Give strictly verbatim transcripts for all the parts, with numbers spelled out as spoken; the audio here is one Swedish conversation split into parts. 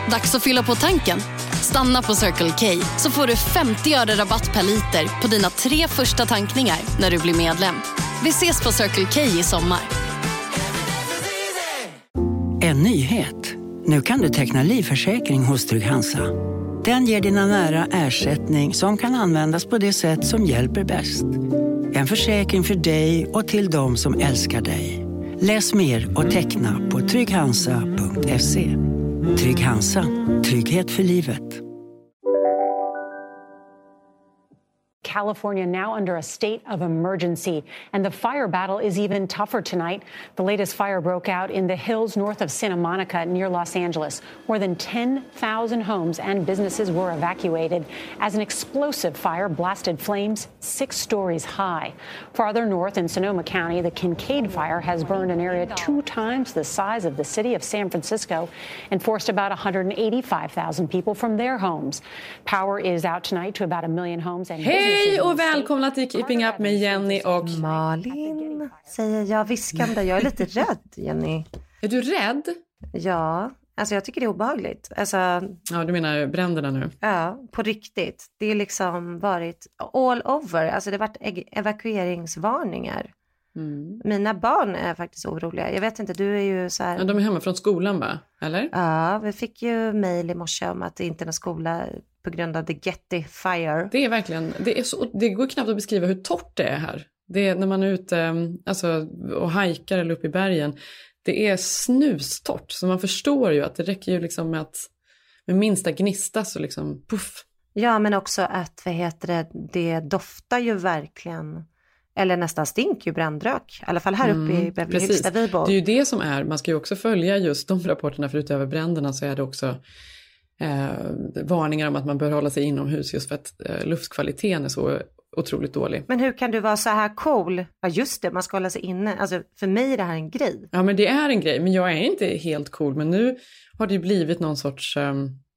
Dags att fylla på tanken. Stanna på Circle K så får du femtio öre rabatt per liter på dina tre första tankningar när du blir medlem. Vi ses på Circle K i sommar. En nyhet. Nu kan du teckna livförsäkring hos Trygg-Hansa. Den ger dina nära ersättning som kan användas på det sätt som hjälper bäst. En försäkring för dig och till de som älskar dig. Läs mer och teckna på trygghansa punkt se. Trygg-Hansa. Trygghet för livet. California now under a state of emergency, and the fire battle is even tougher tonight. The latest fire broke out in the hills north of Santa Monica near Los Angeles. More than ten thousand homes and businesses were evacuated as an explosive fire blasted flames six stories high. Farther north in Sonoma County, the Kincaid fire has burned an area two times the size of the city of San Francisco and forced about one hundred eighty-five thousand people from their homes. Power is out tonight to about a million homes and businesses. Hej och välkomna till Keeping Up med Jenny och Malin, säger jag viskande. Jag är lite rädd, Jenny. Är du rädd? Ja, alltså jag tycker det är obehagligt. Alltså, ja, du menar bränderna nu? Ja, på riktigt. Det är liksom varit all over. Alltså det har varit evakueringsvarningar. Mm. Mina barn är faktiskt oroliga. Jag vet inte, du är ju så här... Ja, de är hemma från skolan, va? Eller? Ja, vi fick ju mejl i morse om att det inte är någon skola på grund av the Getty Fire. Det är verkligen, det, är så, det går knappt att beskriva hur torrt det är här. Det är när man är ute alltså, och hajkar eller uppe i bergen. Det är snustort, så man förstår ju att det räcker ju liksom med att med minsta gnista så liksom puff. Ja, men också att, vad heter det, det doftar ju verkligen... Eller nästan stink ju brandrök. I alla fall här uppe mm, i Beverly Hills där vi bor. Det är ju det som är. Man ska ju också följa just de rapporterna. För utöver bränderna så är det också eh, varningar om att man bör hålla sig inomhus. Just för att eh, luftkvaliteten är så otroligt dålig. Men hur kan du vara så här cool? Ja just det, man ska hålla sig inne. Alltså för mig är det här en grej. Ja men det är en grej. Men jag är inte helt cool. Men nu har det ju blivit någon sorts... Eh,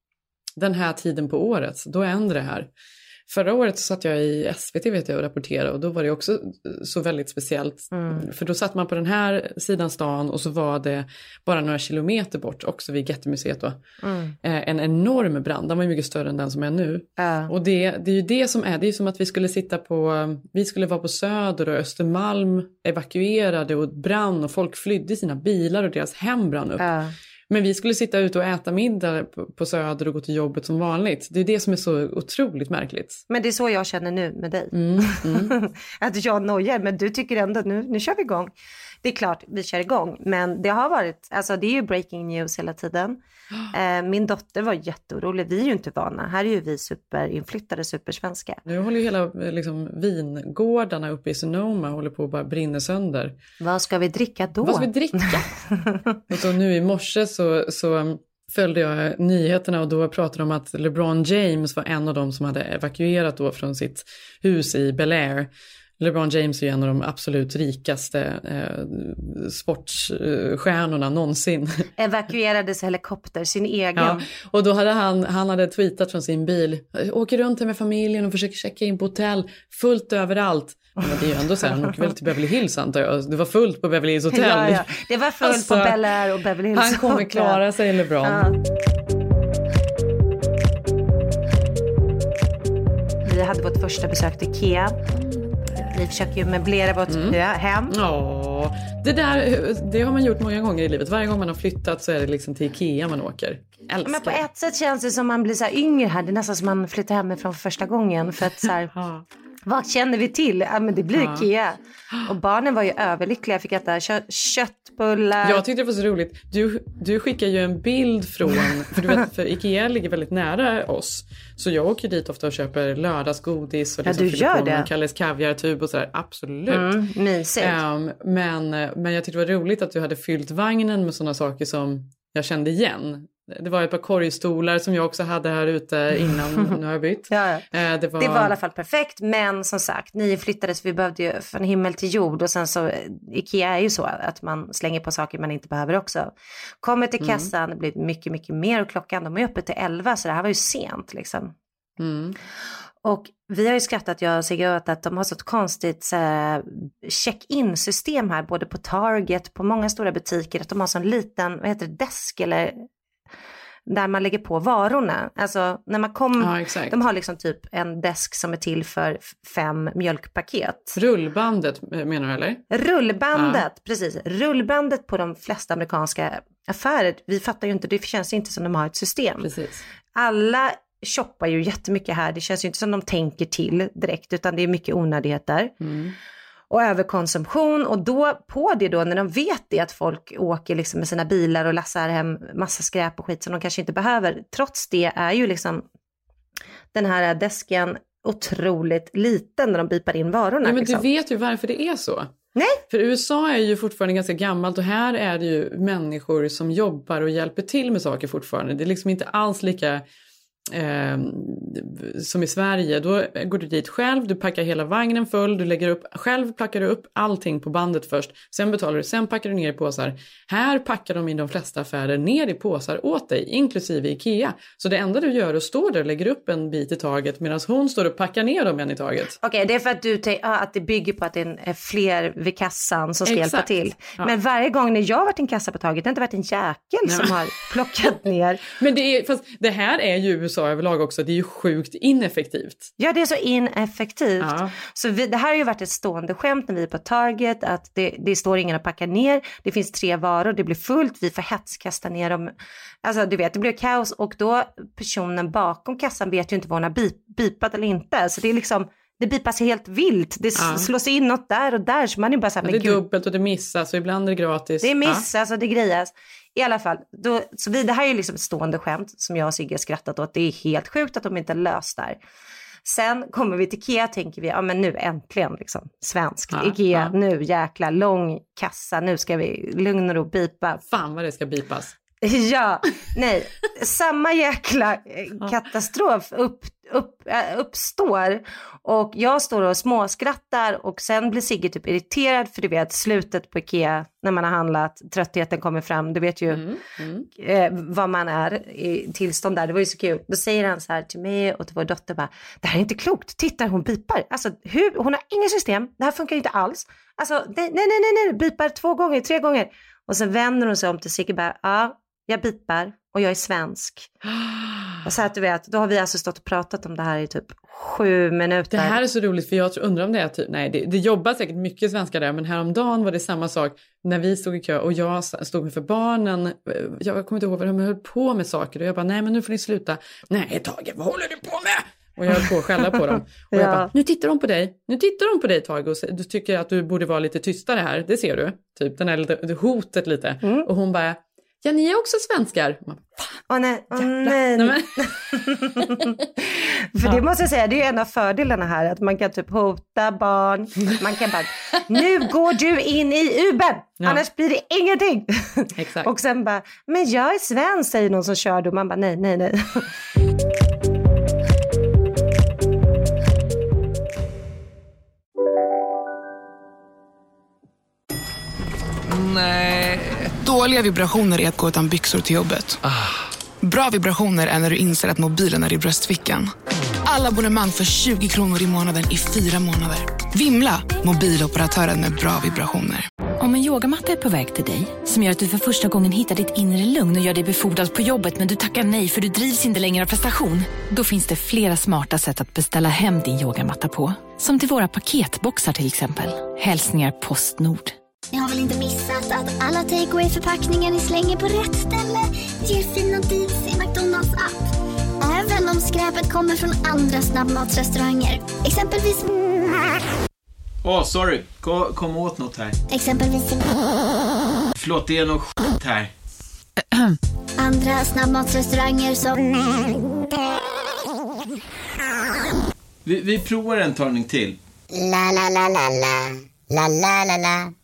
den här tiden på året. Då ändrar det här. Förra året så satt jag i S V T vet jag och rapporterade och då var det också så väldigt speciellt. Mm. För då satt man på den här sidan stan och så var det bara några kilometer bort också vid Getty-museet då. Mm. Eh, en enorm brand, den var ju mycket större än den som är nu. Uh. Och det, det är ju det som är, det är som att vi skulle sitta på, vi skulle vara på Söder och Östermalm evakuerade och brann och folk flydde i sina bilar och deras hem brann upp. Uh. Men vi skulle sitta ute och äta middag på Söder och gå till jobbet som vanligt. Det är det som är så otroligt märkligt. Men det är så jag känner nu med dig. Mm, mm. Att jag nojar, men du tycker ändå att nu, nu kör vi igång. Det är klart, vi kör igång. Men det har varit, alltså det är ju breaking news hela tiden. Eh, min dotter var jätteorolig. Vi är ju inte vana. Här är ju vi superinflyttade, supersvenska. Nu håller ju hela liksom, vingårdarna uppe i Sonoma håller på att bara brinna sönder. Vad ska vi dricka då? Vad ska vi dricka? Och så nu i morse så, så följde jag nyheterna och då pratade de om att LeBron James var en av dem som hade evakuerat då från sitt hus i Bel Air. LeBron James är ju en av de absolut rikaste eh, sportstjärnorna någonsin. Evakuerades helikopter, sin egen. Ja, och då hade han, han hade tweetat från sin bil. Åker runt här med familjen och försöker checka in på hotell. Fullt överallt. Men det är ju ändå så här, han åker väl till Beverly Hills antar jag. Det var fullt på Beverly Hills hotell. Ja, ja. Det var fullt alltså, på Bel Air och Beverly Hills. Han kommer klara sig, LeBron. Ja. Vi hade vårt första besök till Ikea. Vi försöker ju möblera vårt mm. hem. Ja, det där det har man gjort många gånger i livet. Varje gång man har flyttat så är det liksom till Ikea man åker. Älskar. Men på ett sätt känns det som man blir så här yngre här. Det är nästan som man flyttar hemifrån för första gången. För att så här, vad känner vi till? Ja, men det blir ja. Ikea. Och barnen var ju överlyckliga. Jag fick äta kö- köttbullar. Jag tyckte det var så roligt. Du, du skickar ju en bild från... För du vet, för Ikea ligger väldigt nära oss. Så jag åker dit ofta och köper lördagsgodis. Och liksom ja, du gör det. Kalles kaviartub och sådär. Absolut. Mm, mysigt. Um, men, men jag tyckte det var roligt att du hade fyllt vagnen med sådana saker som jag kände igen. Det var ett par korgstolar som jag också hade här ute innan, nu har jag bytt. Ja, ja. Det, var... det var i alla fall perfekt, men som sagt, ni flyttades, vi behövde ju från himmel till jord och sen så, Ikea är ju så att man slänger på saker man inte behöver också. Kommer till kassan, mm. det blir mycket, mycket mer och klockan, de är uppe till elva så det här var ju sent liksom. Mm. Och vi har ju skrattat, jag och Sigge, att de har så ett konstigt så här, check-in-system här, både på Target, på många stora butiker, att de har så en liten, vad heter det, desk eller... där man lägger på varorna. Alltså när man kommer, ja, de har liksom typ en desk som är till för fem mjölkpaket. Rullbandet menar du eller? Rullbandet, ja. precis. Rullbandet på de flesta amerikanska affärer, vi fattar ju inte, det känns inte som de har ett system. Precis. Alla shoppar ju jättemycket här, det känns ju inte som de tänker till direkt, utan det är mycket onödigheter. Mm. Och överkonsumtion, och då på det då när de vet det att folk åker liksom med sina bilar och lassar hem massa skräp och skit som de kanske inte behöver. Trots det är ju liksom den här desken otroligt liten när de bipar in varorna. Ja, men liksom. Du vet ju varför det är så. Nej. För U S A är ju fortfarande ganska gammalt och här är det ju människor som jobbar och hjälper till med saker fortfarande. Det är liksom inte alls lika... Eh, som i Sverige, då går du dit själv, du packar hela vagnen full, du lägger upp, själv packar du upp allting på bandet först, sen betalar du, sen packar du ner i påsar. Här packar de i de flesta affärer ner i påsar åt dig, inklusive Ikea. Så det enda du gör är att stå där och lägger upp en bit i taget medan hon står och packar ner dem en i taget. Okej, okay, det är för att du te- ja, att det bygger på att det är fler vid kassan som ska Exakt. hjälpa till. Ja. Men varje gång när jag har varit i en kassa på taget, det har inte varit en jäkel Nej. som har plockat ner. Men det är, fast det här är ju U S A överlag också, det är ju sjukt ineffektivt. Ja, det är så ineffektivt. Ja. Så vi, det här har ju varit ett stående skämt när vi är på Target, att det, det står ingen att packa ner, det finns tre varor, det blir fullt, vi får hetskasta ner dem. Alltså du vet, det blir kaos, och då personen bakom kassan vet ju inte vad hon har bip, bipat eller inte. Så det är liksom, det bipas helt vilt, det ja. slås in något där och där, så man är bara så här, ja, det är gud. dubbelt och det missas, så ibland är det gratis. Det missas ja. och det grejas. I alla fall, då, så vi, det här är ju liksom ett stående skämt som jag och Sigge skrattat åt. Det är helt sjukt att de inte är löst där. Sen kommer vi till Ikea, tänker vi, ja men nu äntligen liksom, svenskt. Ja, Ikea, ja. nu jäkla lång kassa, nu ska vi lugn och ro bipa. Fan vad det ska bipas. Ja, nej, samma jäkla katastrof upp, upp, äh, uppstår, och jag står och småskrattar, och sen blir Sigge typ irriterad, för du vet slutet på Ikea när man har handlat, tröttheten kommer fram, du vet ju mm, mm. Eh, vad man är i tillstånd där, det var ju så kul. Då säger han så här till mig och till vår dotter bara, det här är inte klokt, titta hon bipar, alltså hur, hon har inget system, det här funkar inte alls, alltså nej nej nej nej, nej. bipar två gånger, tre gånger, och sen vänder hon sig om till Sigge bara, ja jag bipar och jag är svensk. Och så att du vet, då har vi alltså stått och pratat om det här i typ sju minuter. Det här är så roligt, för jag undrar om det är typ, nej det, det jobbar säkert mycket svenskar där, men häromdagen var det samma sak när vi stod i kö och jag stod med för barnen. Jag kommer inte ihåg vad de höll på med saker, och jag bara, nej men nu får ni sluta. Nej Tage, vad håller du på med? Och jag höll på att skälla på dem. Och jag bara, nu tittar de på dig. Nu tittar de på dig Tage, och du tycker att du borde vara lite tystare här. Det ser du, typ den här lite, hotet lite. Mm. Och hon bara, ja, ni är också svenskar. Åh oh, nej, oh, nej. nej För ja. det måste jag säga, det är ju en av fördelarna här, att man kan typ hota barn. Man kan bara, nu går du in i Uber, ja. annars blir det ingenting. Exakt. Och sen bara, men jag är svensk, säger någon som kör, och man bara, nej, nej, nej. Nej. Dåliga vibrationer är att gå utan byxor till jobbet. Ah. Bra vibrationer är när du inser att mobilen är i bröstfickan. Alla abonnemang för tjugo kronor i månaden i fyra månader. Vimla, mobiloperatören med bra vibrationer. Om en yogamatta är på väg till dig, som gör att du för första gången hittar ditt inre lugn och gör dig befordrad på jobbet, men du tackar nej för du drivs inte längre av prestation. Då finns det flera smarta sätt att beställa hem din yogamatta på. Som till våra paketboxar till exempel. Hälsningar Postnord. Ni har väl inte missat att alla takeaway förpackningar ni slänger på rätt ställe ger fina deals i McDonalds app. Även om skräpet kommer från andra snabbmatsrestauranger. Exempelvis... Åh, oh, sorry. Kom, kom åt något här. Exempelvis... Förlåt, det är något skit här. Andra snabbmatsrestauranger som... Vi, vi provar en talning till. La la la la la. La la la la.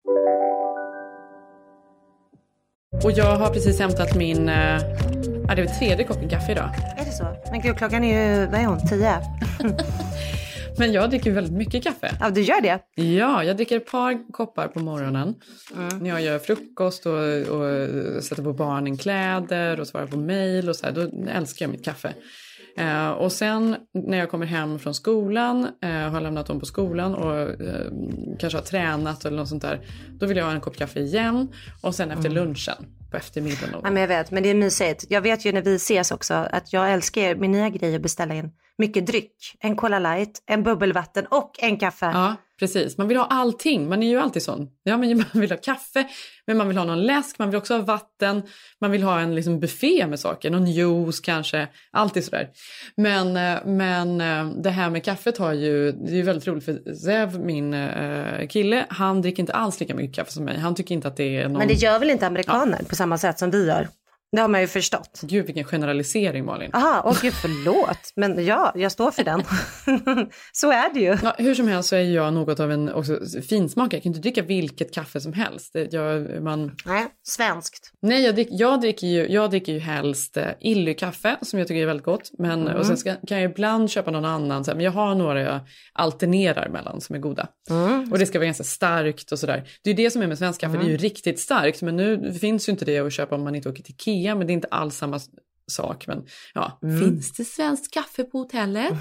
Och jag har precis hämtat min, äh, ja, det är tredje koppen kaffe idag. Är det så? Men gud, klockan är ju, vad är hon, tio? Men jag dricker väldigt mycket kaffe. Ja, du gör det? Ja, jag dricker ett par koppar på morgonen. Mm. När jag gör frukost och, och sätter på barnen kläder och svarar på mejl och så här, då älskar jag mitt kaffe. Uh, och sen när jag kommer hem från skolan, uh, har lämnat dem på skolan och uh, kanske har tränat eller något sånt där, då vill jag ha en kopp kaffe igen och sen efter mm. lunchen. på eftermiddagen. Och... Ja, men jag vet, men det är mysigt. Jag vet ju när vi ses också att jag älskar min nya grej att beställa in mycket dryck. En Cola Light, en bubbelvatten och en kaffe. Ja, precis. Man vill ha allting. Man är ju alltid sån. Ja, men man vill ha kaffe, men man vill ha någon läsk, man vill också ha vatten. Man vill ha en liksom buffé med saker, någon juice kanske, alltid sådär. Men, men det här med kaffet har ju, det är ju väldigt roligt för Zev, min uh, kille, han dricker inte alls lika mycket kaffe som mig. Han tycker inte att det är någon... Men det gör väl inte amerikaner ja. på samma sätt som vi gör? Det har man ju förstått. Gud, vilken generalisering, Malin. Aha, åh gud, förlåt. Men ja, jag står för den. Så är det ju. Ja, hur som helst så är jag något av en också finsmakare. Jag kan inte dricka vilket kaffe som helst. Jag, man... Nej, svenskt. Nej, jag, drick, jag, dricker ju, jag dricker ju helst uh, Illy-kaffe som jag tycker är väldigt gott. Men, mm. Och sen ska, kan jag ibland köpa någon annan. Så här, men jag har några jag alternerar mellan som är goda. Mm. Och det ska vara ganska starkt och sådär. Det är ju det som är med svensk kaffe. Mm. Det är ju riktigt starkt. Men nu finns ju inte det att köpa om man inte åker till Ikea. Men det är inte alls samma sak. Men ja, mm. finns det svenskt kaffe på hotellet?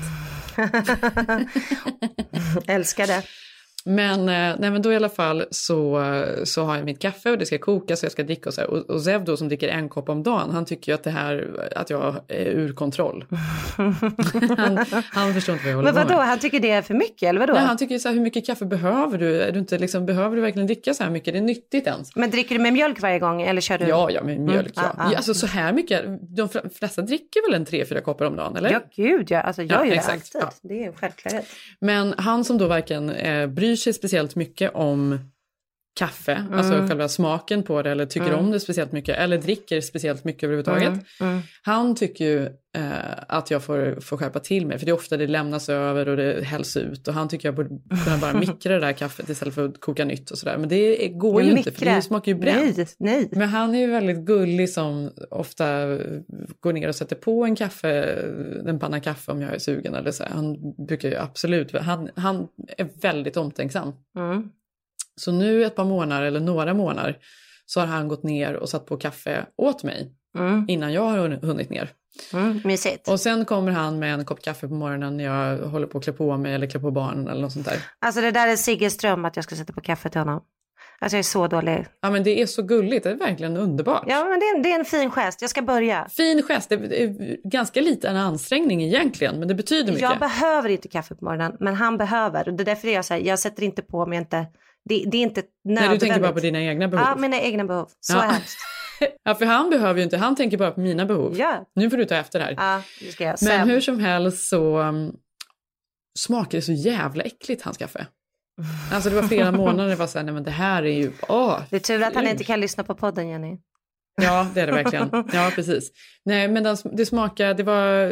Älskar det. Men, nej, men då i alla fall så, så har jag mitt kaffe och det ska koka så jag ska dricka och så här. Och, och Zev då som dricker en kopp om dagen, han tycker ju att det här, att jag är ur kontroll. han, han förstår inte vad jag håller Men vadå, på med. Han tycker det är för mycket eller vadå? Nej, han tycker så här, hur mycket kaffe behöver du? Är du inte liksom, behöver du verkligen dricka så här mycket? Det är nyttigt ens. Men dricker du med mjölk varje gång eller kör du? Ja, ja, med mjölk, mm. ja. Ah, ah. Alltså så här mycket, de flesta dricker väl en tre, fyra koppar om dagen, eller? Ja, gud ja. Alltså jag ja, gör exakt. det alltid. Ja. Det är självklart. Men han som då varken eh, bryr sig speciellt mycket om kaffe, mm. alltså själva smaken på det eller tycker mm. om det speciellt mycket eller dricker speciellt mycket överhuvudtaget. Mm. Mm. Han tycker ju eh, att jag får, får skärpa till mig för det är ofta det lämnas över och det hälls ut och han tycker jag borde kunna bara mikra det där kaffet istället för att koka nytt och sådär. Men det går ju mikra. Inte för det smakar ju bränt. Nej, nej. Men han är ju väldigt gullig som ofta går ner och sätter på en kaffe, en panna kaffe om jag är sugen eller så. Han brukar ju absolut, han, han är väldigt omtänksam. Mm. Så nu ett par månader eller några månader så har han gått ner och satt på kaffe åt mig mm. innan jag har hunnit ner. Mm, mysigt. Och sen kommer han med en kopp kaffe på morgonen när jag håller på att klä på mig eller klä på barnen eller något sånt där. Alltså det där är Sigges dröm att jag ska sätta på kaffe till honom. Alltså jag är så dålig. Ja men det är så gulligt, det är verkligen underbart. Ja men det är, en, det är en fin gest, jag ska börja. Fin gest, det är ganska lite en ansträngning egentligen men det betyder mycket. Jag behöver inte kaffe på morgonen men han behöver. Och det är därför jag säger, jag sätter inte på mig inte... Det, det är inte nödvändigt. Nej, du tänker bara på dina egna behov. Ja, mina egna behov. Så ja. hemskt. Ja, för han behöver ju inte. Han tänker bara på mina behov. Ja. Nu får du ta efter det här. Ja, det ska jag. Men Sen. hur som helst så um, smakar det så jävla äckligt hans kaffe. Alltså det var flera månader det var så här, nej men det här är ju... Åh, det är tur att han inte kan lyssna på podden, Jenny. Ja, det är det verkligen. Ja, precis. Nej, men det smakar, det var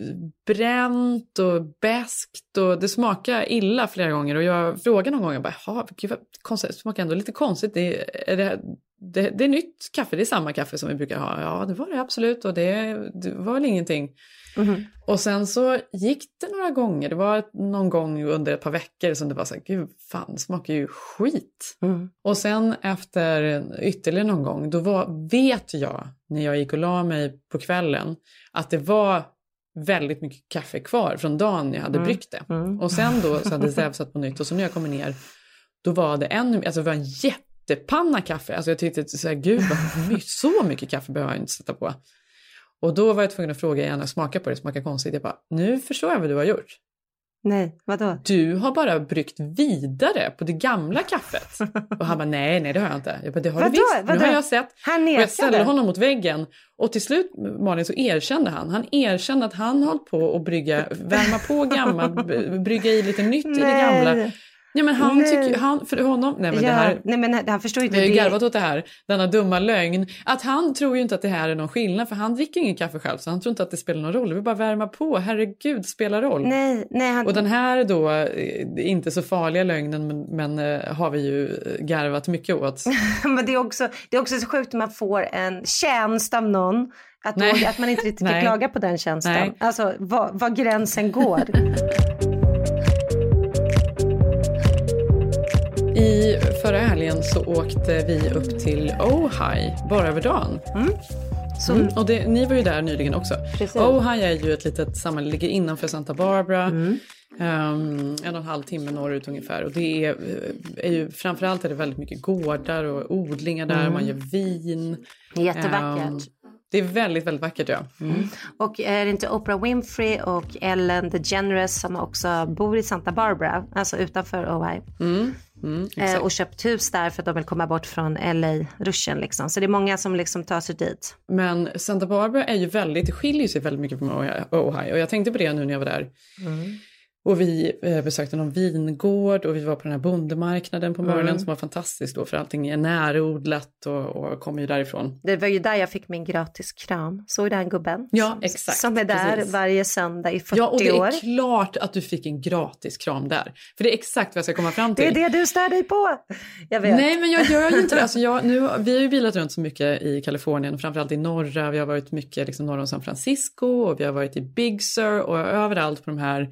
bränt och bäskt och det smakar illa flera gånger. Och jag frågade någon gång, jag bara, jaha, gud vad konstigt, det smakar ändå lite konstigt. Det är, det, det, det är nytt kaffe, det är samma kaffe som vi brukar ha. Ja, det var det absolut och det, det var väl ingenting. Mm-hmm. Och sen så gick det några gånger, det var någon gång under ett par veckor som det var så här, gud fan, det smakar ju skit. Mm. Och sen efter ytterligare någon gång, då var, vet jag när jag gick och la mig på kvällen att det var väldigt mycket kaffe kvar från dagen jag hade mm. bryggt det. Mm. Och sen då så hade Zev satt på nytt och så när jag kommer ner, då var det ännu, alltså det var en jättepanna kaffe. Alltså jag tyckte så här, gud vad så mycket kaffe behöver jag inte sätta på. Och då var jag tvungen att fråga igen och smaka på det, smaka konstigt. Jag bara, nu förstår jag vad du har gjort. Nej, vadå? Du har bara bryggt vidare på det gamla kaffet. Och han bara, nej, nej det har jag inte. Jag bara, det har vadå? du visst, vadå? Nu har jag sett. Han och jag ställde honom mot väggen. Och till slut, Malin, så erkände han. Han erkände att han höll på att brygga, värma på gammalt, brygga i lite nytt nej. I det gamla. Ja, men han nej. Tycker, han, för honom, nej men ja, det här, nej men han förstår inte det. Jag har ju det. garvat åt det här, denna dumma lögn, att han tror ju inte att det här är någon skillnad, för han dricker ingen kaffe själv, så han tror inte att det spelar någon roll, det vill bara värma på, herregud, spelar roll. Nej, nej, han... Och den här då, inte så farliga lögnen, men, men har vi ju garvat mycket åt. Men det är, också, det är också så sjukt att man får en tjänst av någon, att, då, att man inte riktigt kan klaga på den tjänsten. Nej. Alltså, vad, vad gränsen går. I förra helgen så åkte vi upp till Ojai bara över dagen. Mm. Så... Mm. Och det, ni var ju där nyligen också. Precis. Ojai är ju ett litet samhälle, ligger innanför Santa Barbara. Mm. Um, en och en halv timme norrut ungefär. Och det är, är ju, framförallt är det väldigt mycket gårdar och odlingar där. Mm. Man gör vin. Jättevackert. Um, det är väldigt, väldigt vackert, ja. Mm. Och är det inte Oprah Winfrey och Ellen DeGeneres som också bor i Santa Barbara, alltså utanför Ojai. Mm. Mm, eh, och köpt hus där för att de vill komma bort från L A-ruschen liksom. Så det är många som liksom tar sig dit. Men Santa Barbara är ju väldigt, det skiljer sig väldigt mycket från Ojai. Och jag tänkte på det nu när jag var där. Mm. Och vi eh, besökte någon vingård och vi var på den här bondemarknaden på morgonen mm. som var fantastiskt då för allting är närodlat och, och kommer ju därifrån. Det var ju där jag fick min gratis kram. Såg den gubben? Ja, exakt. Som är där precis. Varje söndag i fyrtio år. Ja, och det är år. Klart att du fick en gratis kram där. För det är exakt vad jag ska komma fram till. Det är det du stör dig på. Jag vet. Nej, men jag gör ju inte det. Alltså jag, nu, vi har ju bilat runt så mycket i Kalifornien, framförallt i norra. Vi har varit mycket liksom norr om San Francisco och vi har varit i Big Sur och överallt på de här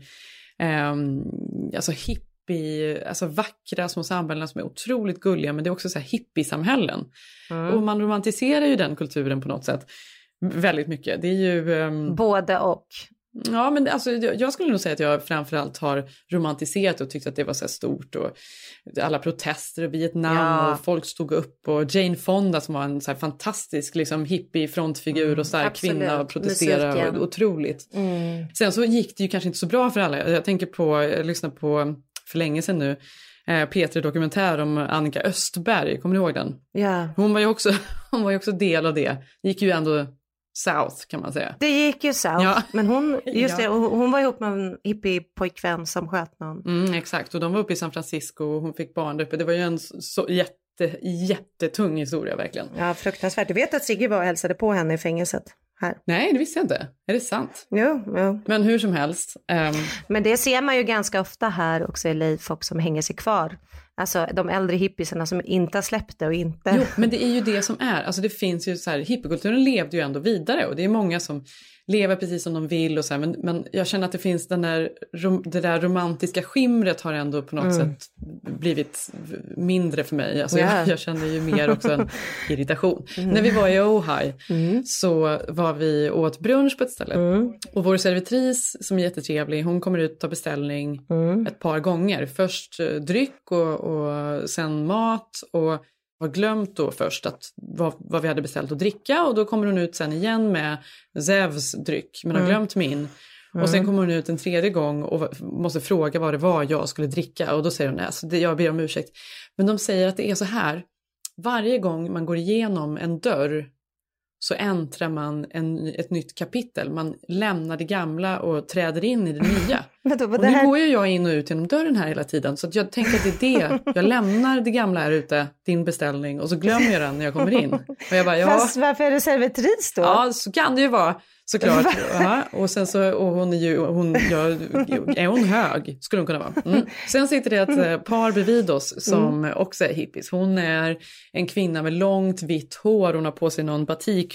Um, alltså hippie, alltså vackra små samhällen som är otroligt gulliga, men det är också så här hippiesamhällen. Mm. Och man romantiserar ju den kulturen på något sätt väldigt mycket. Det är ju um... både och. Ja, men alltså, jag skulle nog säga att jag framförallt har romantiserat och tyckt att det var så här stort och alla protester och Vietnam ja. Och folk stod upp och Jane Fonda som var en så här fantastisk liksom hippie frontfigur och stark mm, kvinna och protesterade och, otroligt. Mm. Sen så gick det ju kanske inte så bra för alla. Jag tänker på, jag lyssnade på för länge sedan nu eh, Peter dokumentär om Annika Östberg, kommer ni ihåg den? Ja. Hon var ju också, hon var ju också del av det. Det gick ju ändå South kan man säga. Det gick ju South, ja. Men hon, just ja. det, hon var ihop med en hippie-pojkvän som sköt någon. Mm, exakt, och de var uppe i San Francisco och hon fick barn där uppe. Det var ju en så jätte, jättetung historia verkligen. Ja, fruktansvärt. Du vet att Sigge var och hälsade på henne i fängelset här. Nej, det visste jag inte. Är det sant? Jo, jo. Men hur som helst. Um... Men det ser man ju ganska ofta här också i L A, folk som hänger sig kvar. Alltså de äldre hippiesarna som inte har släppt det och inte... Jo, men det är ju det som är. Alltså det finns ju så här, hippiekulturen levde ju ändå vidare och det är många som lever precis som de vill och så här, men, men jag känner att det finns den där, det där romantiska skimret har ändå på något mm. sätt blivit mindre för mig. Alltså yeah. jag, jag känner ju mer också en irritation. Mm. När vi var i Ojai mm. så var vi åt brunch på ett ställe mm. och vår servitris som är jättetrevlig, hon kommer ut och tar beställning mm. ett par gånger. Först dryck och, och sen mat och har glömt då först att vad, vad vi hade beställt att dricka och då kommer hon ut sen igen med Zevs dryck men har mm. glömt min. Mm. Och sen kommer hon ut en tredje gång och måste fråga vad det var jag skulle dricka och då säger hon nej, så det, jag ber om ursäkt. Men de säger att det är så här, varje gång man går igenom en dörr så äntrar man en, ett nytt kapitel. Man lämnar det gamla och träder in i det nya. Då, och nu här... går ju jag in och ut genom dörren här hela tiden. Så att jag tänker att det är det. Jag lämnar det gamla här ute, din beställning. Och så glömmer jag den när jag kommer in. Och jag bara, ja. Fast varför är det servitris då? Ja, så kan det ju vara. Såklart. Ja, och sen så, och hon är ju, hon, ja, är hon hög? Skulle hon kunna vara. Mm. Sen sitter det ett par bredvid oss som mm. också är hippies. Hon är en kvinna med långt vitt hår. Hon har på sig någon batik,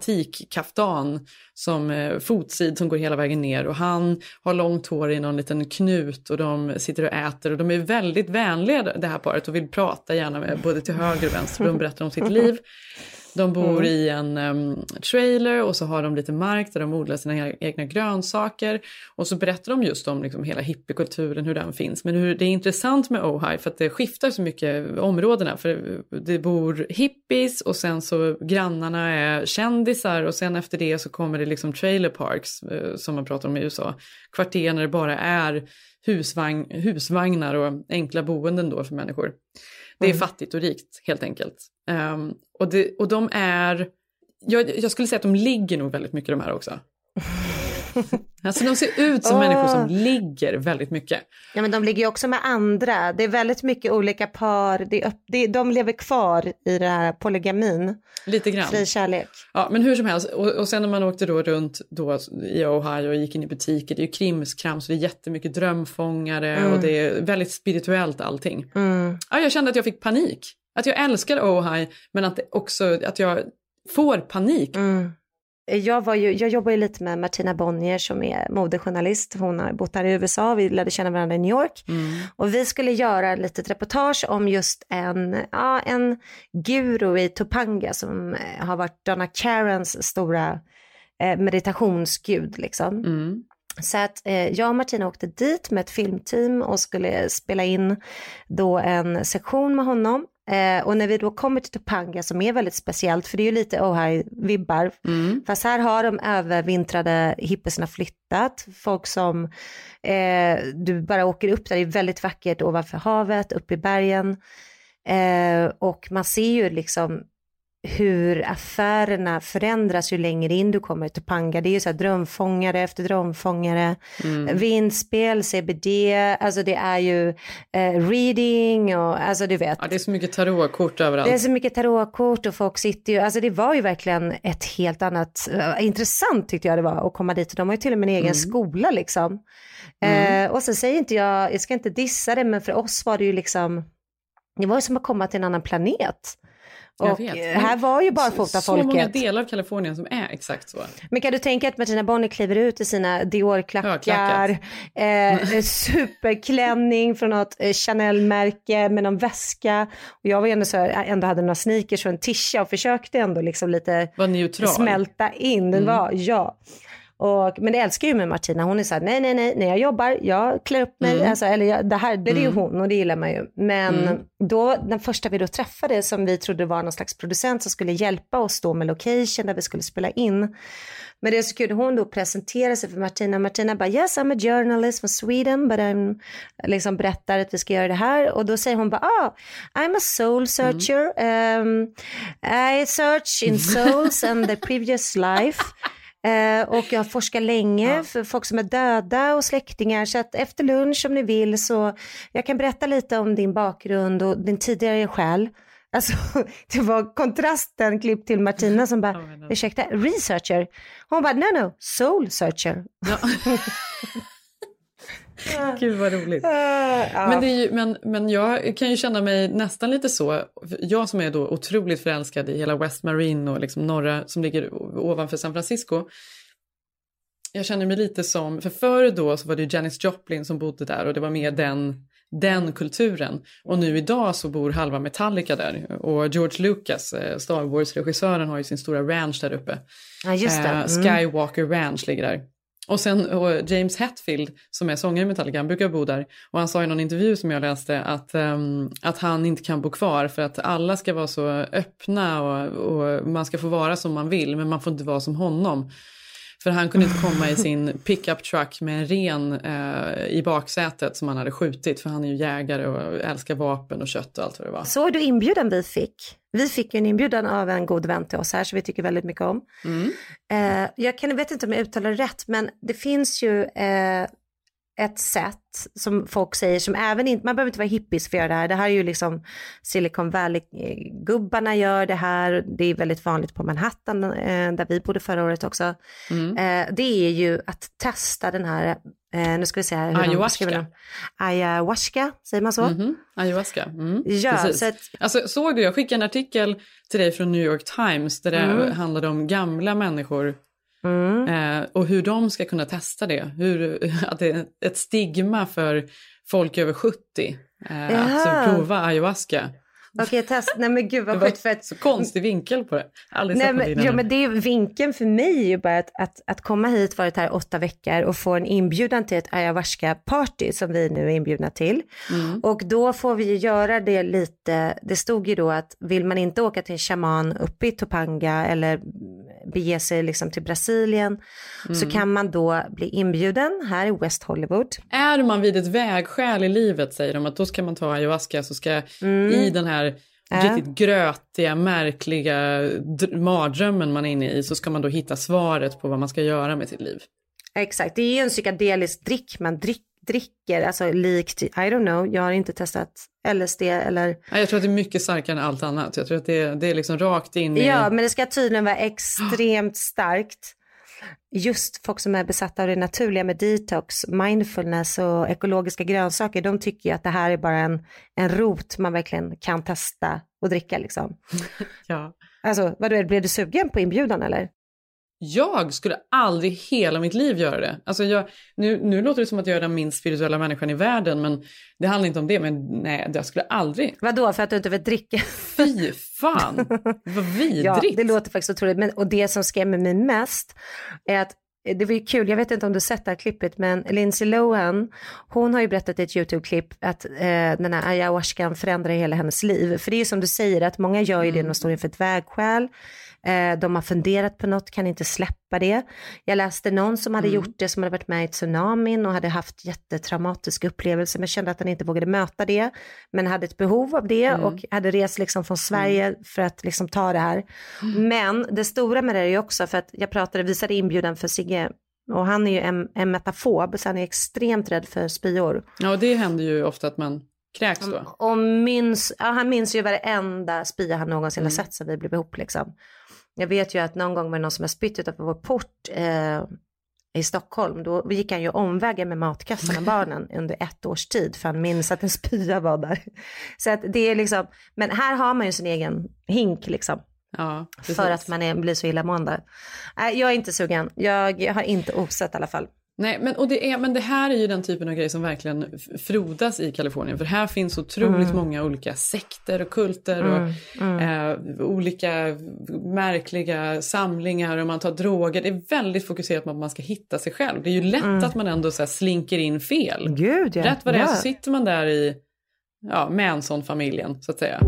batikkaftan som eh, fotsid som går hela vägen ner. Och han har långt hår i någon liten knut och de sitter och äter. Och de är väldigt vänliga det här paret och vill prata gärna med både till höger och vänster. De berättar om sitt liv. De bor mm. i en um, trailer och så har de lite mark där de odlar sina egna grönsaker. Och så berättar de just om liksom hela hippiekulturen, hur den finns. Men hur det är intressant med Ojai för att det skiftar så mycket områdena. För det bor hippies och sen så grannarna är kändisar. Och sen efter det så kommer det liksom trailer parks uh, som man pratar om i U S A. Kvarter när det bara är husvagn, husvagnar och enkla boenden då för människor. Det är mm. fattigt och rikt helt enkelt. Um, och, det, och de är, jag, jag skulle säga att de ligger nog väldigt mycket de här också. Alltså de ser ut som oh. människor som ligger väldigt mycket. Ja men de ligger ju också med andra. Det är väldigt mycket olika par. Det är, det, de lever kvar i den här polygamin. Lite grann. Fri kärlek. Ja men hur som helst. Och, och sen när man åkte då runt då i Ohio och gick in i butiker. Det är ju krimskrams. Det är jättemycket drömfångare. Mm. Och det är väldigt spirituellt allting. Mm. Ja jag kände att jag fick panik. Att jag älskar Ohio. Men att det också att jag får panik. Mm. jag, var ju, jag jobbar ju lite med Martina Bonnier som är modejournalist. Hon har bott här i U S A, vi lärde känna varandra i New York. Mm. Och vi skulle göra lite ett reportage om just en, ja, en guru i Topanga som har varit Donna Karens stora eh, meditationsgud liksom. Mm. Så att eh, jag och Martina åkte dit med ett filmteam och skulle spela in då en sektion med honom. Eh, och när vi då kommer till Topanga som är väldigt speciellt, för det är ju lite Ojai-vibbar. Mm. Fast här har de övervintrade hippisarna flyttat. Folk som eh, du bara åker upp där, det är väldigt vackert ovanför havet, upp i bergen. Eh, och man ser ju liksom hur affärerna förändras ju längre in du kommer till Topanga. Det är ju så här drömfångare efter drömfångare, mm. vinspel, C B D, alltså det är ju eh, reading och alltså du vet. Ja, det är så mycket tarotkort överallt. Det är så mycket tarotkort och folk sitter ju, alltså det var ju verkligen ett helt annat, uh, intressant tyckte jag det var att komma dit. De har ju till och med en egen mm. skola liksom. Mm. Eh, och så säger inte jag, jag ska inte dissa det, men för oss var det ju liksom, det var ju som att komma till en annan planet. Och här var ju bara fota folket. Så många delar av Kalifornien som är exakt så. Men kan du tänka att Martina Bonnier kliver ut i sina Dior-klackar, eh, superklänning från något eh, Chanel-märke med någon väska. Och jag var ändå så här, ändå hade några sneakers och en tisha och försökte ändå liksom lite var neutral. Smälta in. Den mm. var, ja. Och, men det älskar ju med Martina, hon är så här, nej nej nej, när jag jobbar, jag klär upp mig, mm. alltså, eller jag, det här, det är mm. ju hon och det gillar man ju. Men mm. då, den första vi då träffade som vi trodde var någon slags producent som skulle hjälpa oss då med location där vi skulle spela in. Men det så kunde hon då presentera sig för Martina. Martina bara, yes I'm a journalist from Sweden, but I'm, liksom berättar att vi ska göra det här. Och då säger hon bara, ah, I'm a soul searcher. Mm. Um, I search in souls and the previous life. Uh, och jag forskar länge ja. för folk som är döda och släktingar, så att efter lunch om ni vill så jag kan berätta lite om din bakgrund och din tidigare själ. Alltså det var kontrasten klipp till Martina som bara, oh, ursäkta, researcher. Hon bara, no no, soul searcher. Ja. Gud vad roligt. Uh, ja. Men, det är ju, men, men jag kan ju känna mig nästan lite så. Jag som är då otroligt förälskad i hela West Marine och liksom norra som ligger ovanför San Francisco. Jag känner mig lite som, för förr då så var det ju Janis Joplin som bodde där och det var mer den, den kulturen. Och nu idag så bor halva Metallica där. Och George Lucas, Star Wars-regissören, har ju sin stora ranch där uppe. Ja, just det. Mm. Skywalker Ranch ligger där. Och sen och James Hetfield som är sångare i Metallica, han brukar bo där. Och han sa i någon intervju som jag läste att, um, att han inte kan bo kvar för att alla ska vara så öppna och, och man ska få vara som man vill, men man får inte vara som honom. För han kunde inte komma i sin pickup truck med en ren eh, i baksätet som han hade skjutit. För han är ju jägare och älskar vapen och kött och allt vad det var. Så är du inbjudan vi fick? Vi fick ju en inbjudan av en god vän till oss här så vi tycker väldigt mycket om. Mm. Eh, jag kan, vet inte om jag uttalar det rätt, men det finns ju eh, ett sätt som folk säger som även inte, man behöver inte vara hippies för att göra det här. Det här är ju liksom Silicon Valley-gubbarna gör det här. Det är väldigt vanligt på Manhattan eh, där vi bodde förra året också. Mm. Eh, det är ju att testa den här, eh, nu ska vi se här. Hur ayahuasca. De ayahuasca, säger man så? Mm-hmm. Ayahuasca, mm. Ja, så att, alltså, såg du, jag skickade en artikel till dig från New York Times där det mm. handlade om gamla människor. Mm. Eh, och hur de ska kunna testa det. Hur, att det är ett stigma för folk över sjuttio eh, att prova ayahuasca. Okej, test. Nej men gud vad sjukt. För att... så konstig vinkel på det. Aldrig Nej, sett men, på ja, men det är vinkeln för mig är ju bara att, att, att komma hit, varit här åtta veckor och få en inbjudan till ett ayahuasca-party som vi nu är inbjudna till. Mm. Och då får vi göra det lite, det stod ju då att vill man inte åka till en shaman uppe i Topanga eller bege sig liksom till Brasilien mm. så kan man då bli inbjuden här i West Hollywood. Är man vid ett vägskäl i livet, säger de, att då ska man ta ayahuasca, så ska mm. i den här riktigt grötiga, märkliga d- mardrömmen man är inne i, så ska man då hitta svaret på vad man ska göra med sitt liv. Exakt, det är ju en psykedelisk drick man drick, dricker, alltså likt, I don't know, jag har inte testat L S D eller... Ja, jag tror att det är mycket starkare än allt annat, jag tror att det, det är liksom rakt in i... Ja, men det ska tydligen vara extremt starkt. Just folk som är besatta av det naturliga med detox, mindfulness och ekologiska grönsaker, de tycker ju att det här är bara en, en rot man verkligen kan testa och dricka liksom. Ja. Alltså, vad då är det, blev du sugen på inbjudan eller? Jag skulle aldrig hela mitt liv göra det. Alltså jag, nu, nu låter det som att jag är den minst spirituella människan i världen, men det handlar inte om det. Men nej, jag skulle aldrig. Vadå, för att du inte vill dricka? Fy fan, vad vidrigt. Ja, det låter faktiskt otroligt. Men, och det som skrämmer mig mest är att det var ju kul, jag vet inte om du sett det här klippet, men Lindsay Lohan, hon har ju berättat i ett YouTube-klipp att eh, den här ayahuascan förändrar hela hennes liv. För det är ju som du säger, att många gör ju det när de står inför ett vägskäl. Eh, de har funderat på något, kan inte släppa det. Jag läste någon som hade mm. gjort det, som hade varit med i tsunamin och hade haft jättetraumatiska upplevelser, men kände att han inte vågade möta det, men hade ett behov av det mm. och hade rest liksom från Sverige mm. för att liksom ta det här. Mm. Men det stora med det är ju också, för att jag pratade, visade inbjudan för Sigge, och han är ju en, en metafob, så han är extremt rädd för spyor. Ja, och det händer ju ofta att man kräks då. Och, och minns, ja, han minns ju varenda spya han någonsin mm. har sett sen vi blev ihop liksom. Jag vet ju att någon gång var det någon som har spytt utanför vår port eh, i Stockholm. Då gick han ju omvägen med matkassarna barnen under ett års tid, för han minns att en spya var där. Så att det är liksom, men här har man ju sin egen hink liksom. Ja, för att man är, blir så illamående. Nej, jag är inte sugen. Jag har inte osett i alla fall. Nej, men, och det är, men det här är ju den typen av grej som verkligen frodas i Kalifornien. För här finns otroligt mm. många olika sekter och kulter och mm. Mm. Eh, olika märkliga samlingar, och man tar droger. Det är väldigt fokuserat på att man ska hitta sig själv. Det är ju lätt mm. att man ändå så här slinker in fel. Gud, ja. Rätt vad det är ja. så sitter man där i ja, Manson-familjen så att säga.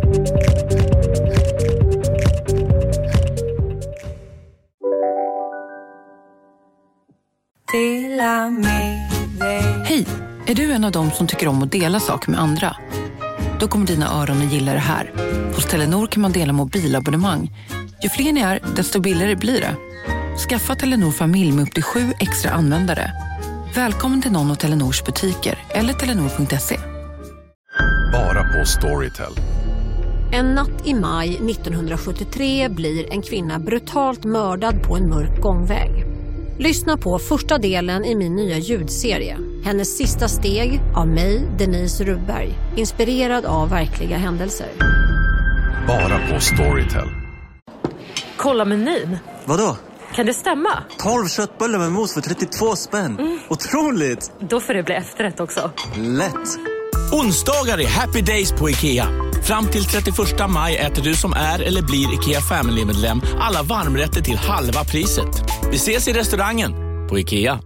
Hej, är du en av dem som tycker om att dela saker med andra? Då kommer dina öron att gilla det här. Hos Telenor kan man dela mobilabonnemang. Ju fler ni är, desto billigare blir det. Skaffa Telenor familj med upp till sju extra användare. Välkommen till någon av Telenors butiker eller telenor punkt se. Bara på Storytel. En natt i maj nittonhundrasjuttiotre blir en kvinna brutalt mördad på en mörk gångväg. Lyssna på första delen i min nya ljudserie. Hennes sista steg av mig, Denise Rubberg. Inspirerad av verkliga händelser. Bara på Storytel. Kolla menyn. Vadå? Kan det stämma? tolv köttbullar med mos för trettiotvå spänn. Mm. Otroligt! Då får det bli efterrätt också. Lätt! Onsdagar är happy days på IKEA. Fram till trettioförsta maj äter du som är eller blir IKEA Family-medlem alla varmrätter till halva priset. Vi ses i restaurangen på IKEA.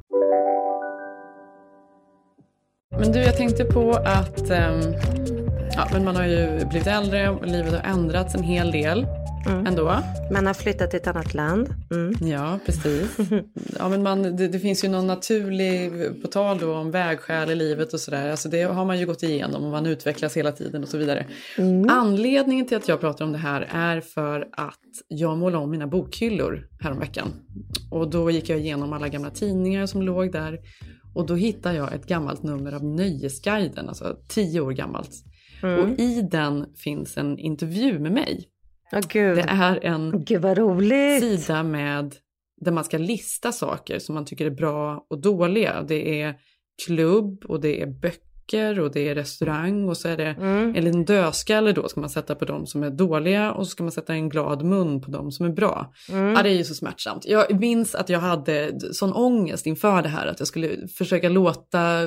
Men du, jag tänkte på att um, ja, men man har ju blivit äldre och livet har ändrats en hel del mm. ändå. Man har flyttat till ett annat land. Mm. Ja, precis. Ja, men man, det, det finns ju någon naturlig, på tal då om vägskäl i livet och sådär. Alltså det har man ju gått igenom och man utvecklas hela tiden och så vidare. Mm. Anledningen till att jag pratar om det här är för att jag målade om mina bokhyllor häromveckan. Och då gick jag igenom alla gamla tidningar som låg där. Och då hittade jag ett gammalt nummer av Nöjesguiden, alltså tio år gammalt. Mm. Och i den finns en intervju med mig. Oh, Gud. Det är en Gud, vad roligt. sida med där man ska lista saker som man tycker är bra och dåliga. Det är klubb och det är böcker och det är restaurang och så är det mm. en liten dödskalle då ska man sätta på dem som är dåliga och så ska man sätta en glad mun på dem som är bra. Mm. Ja, det är ju så smärtsamt. Jag minns att jag hade sån ångest inför det här att jag skulle försöka låta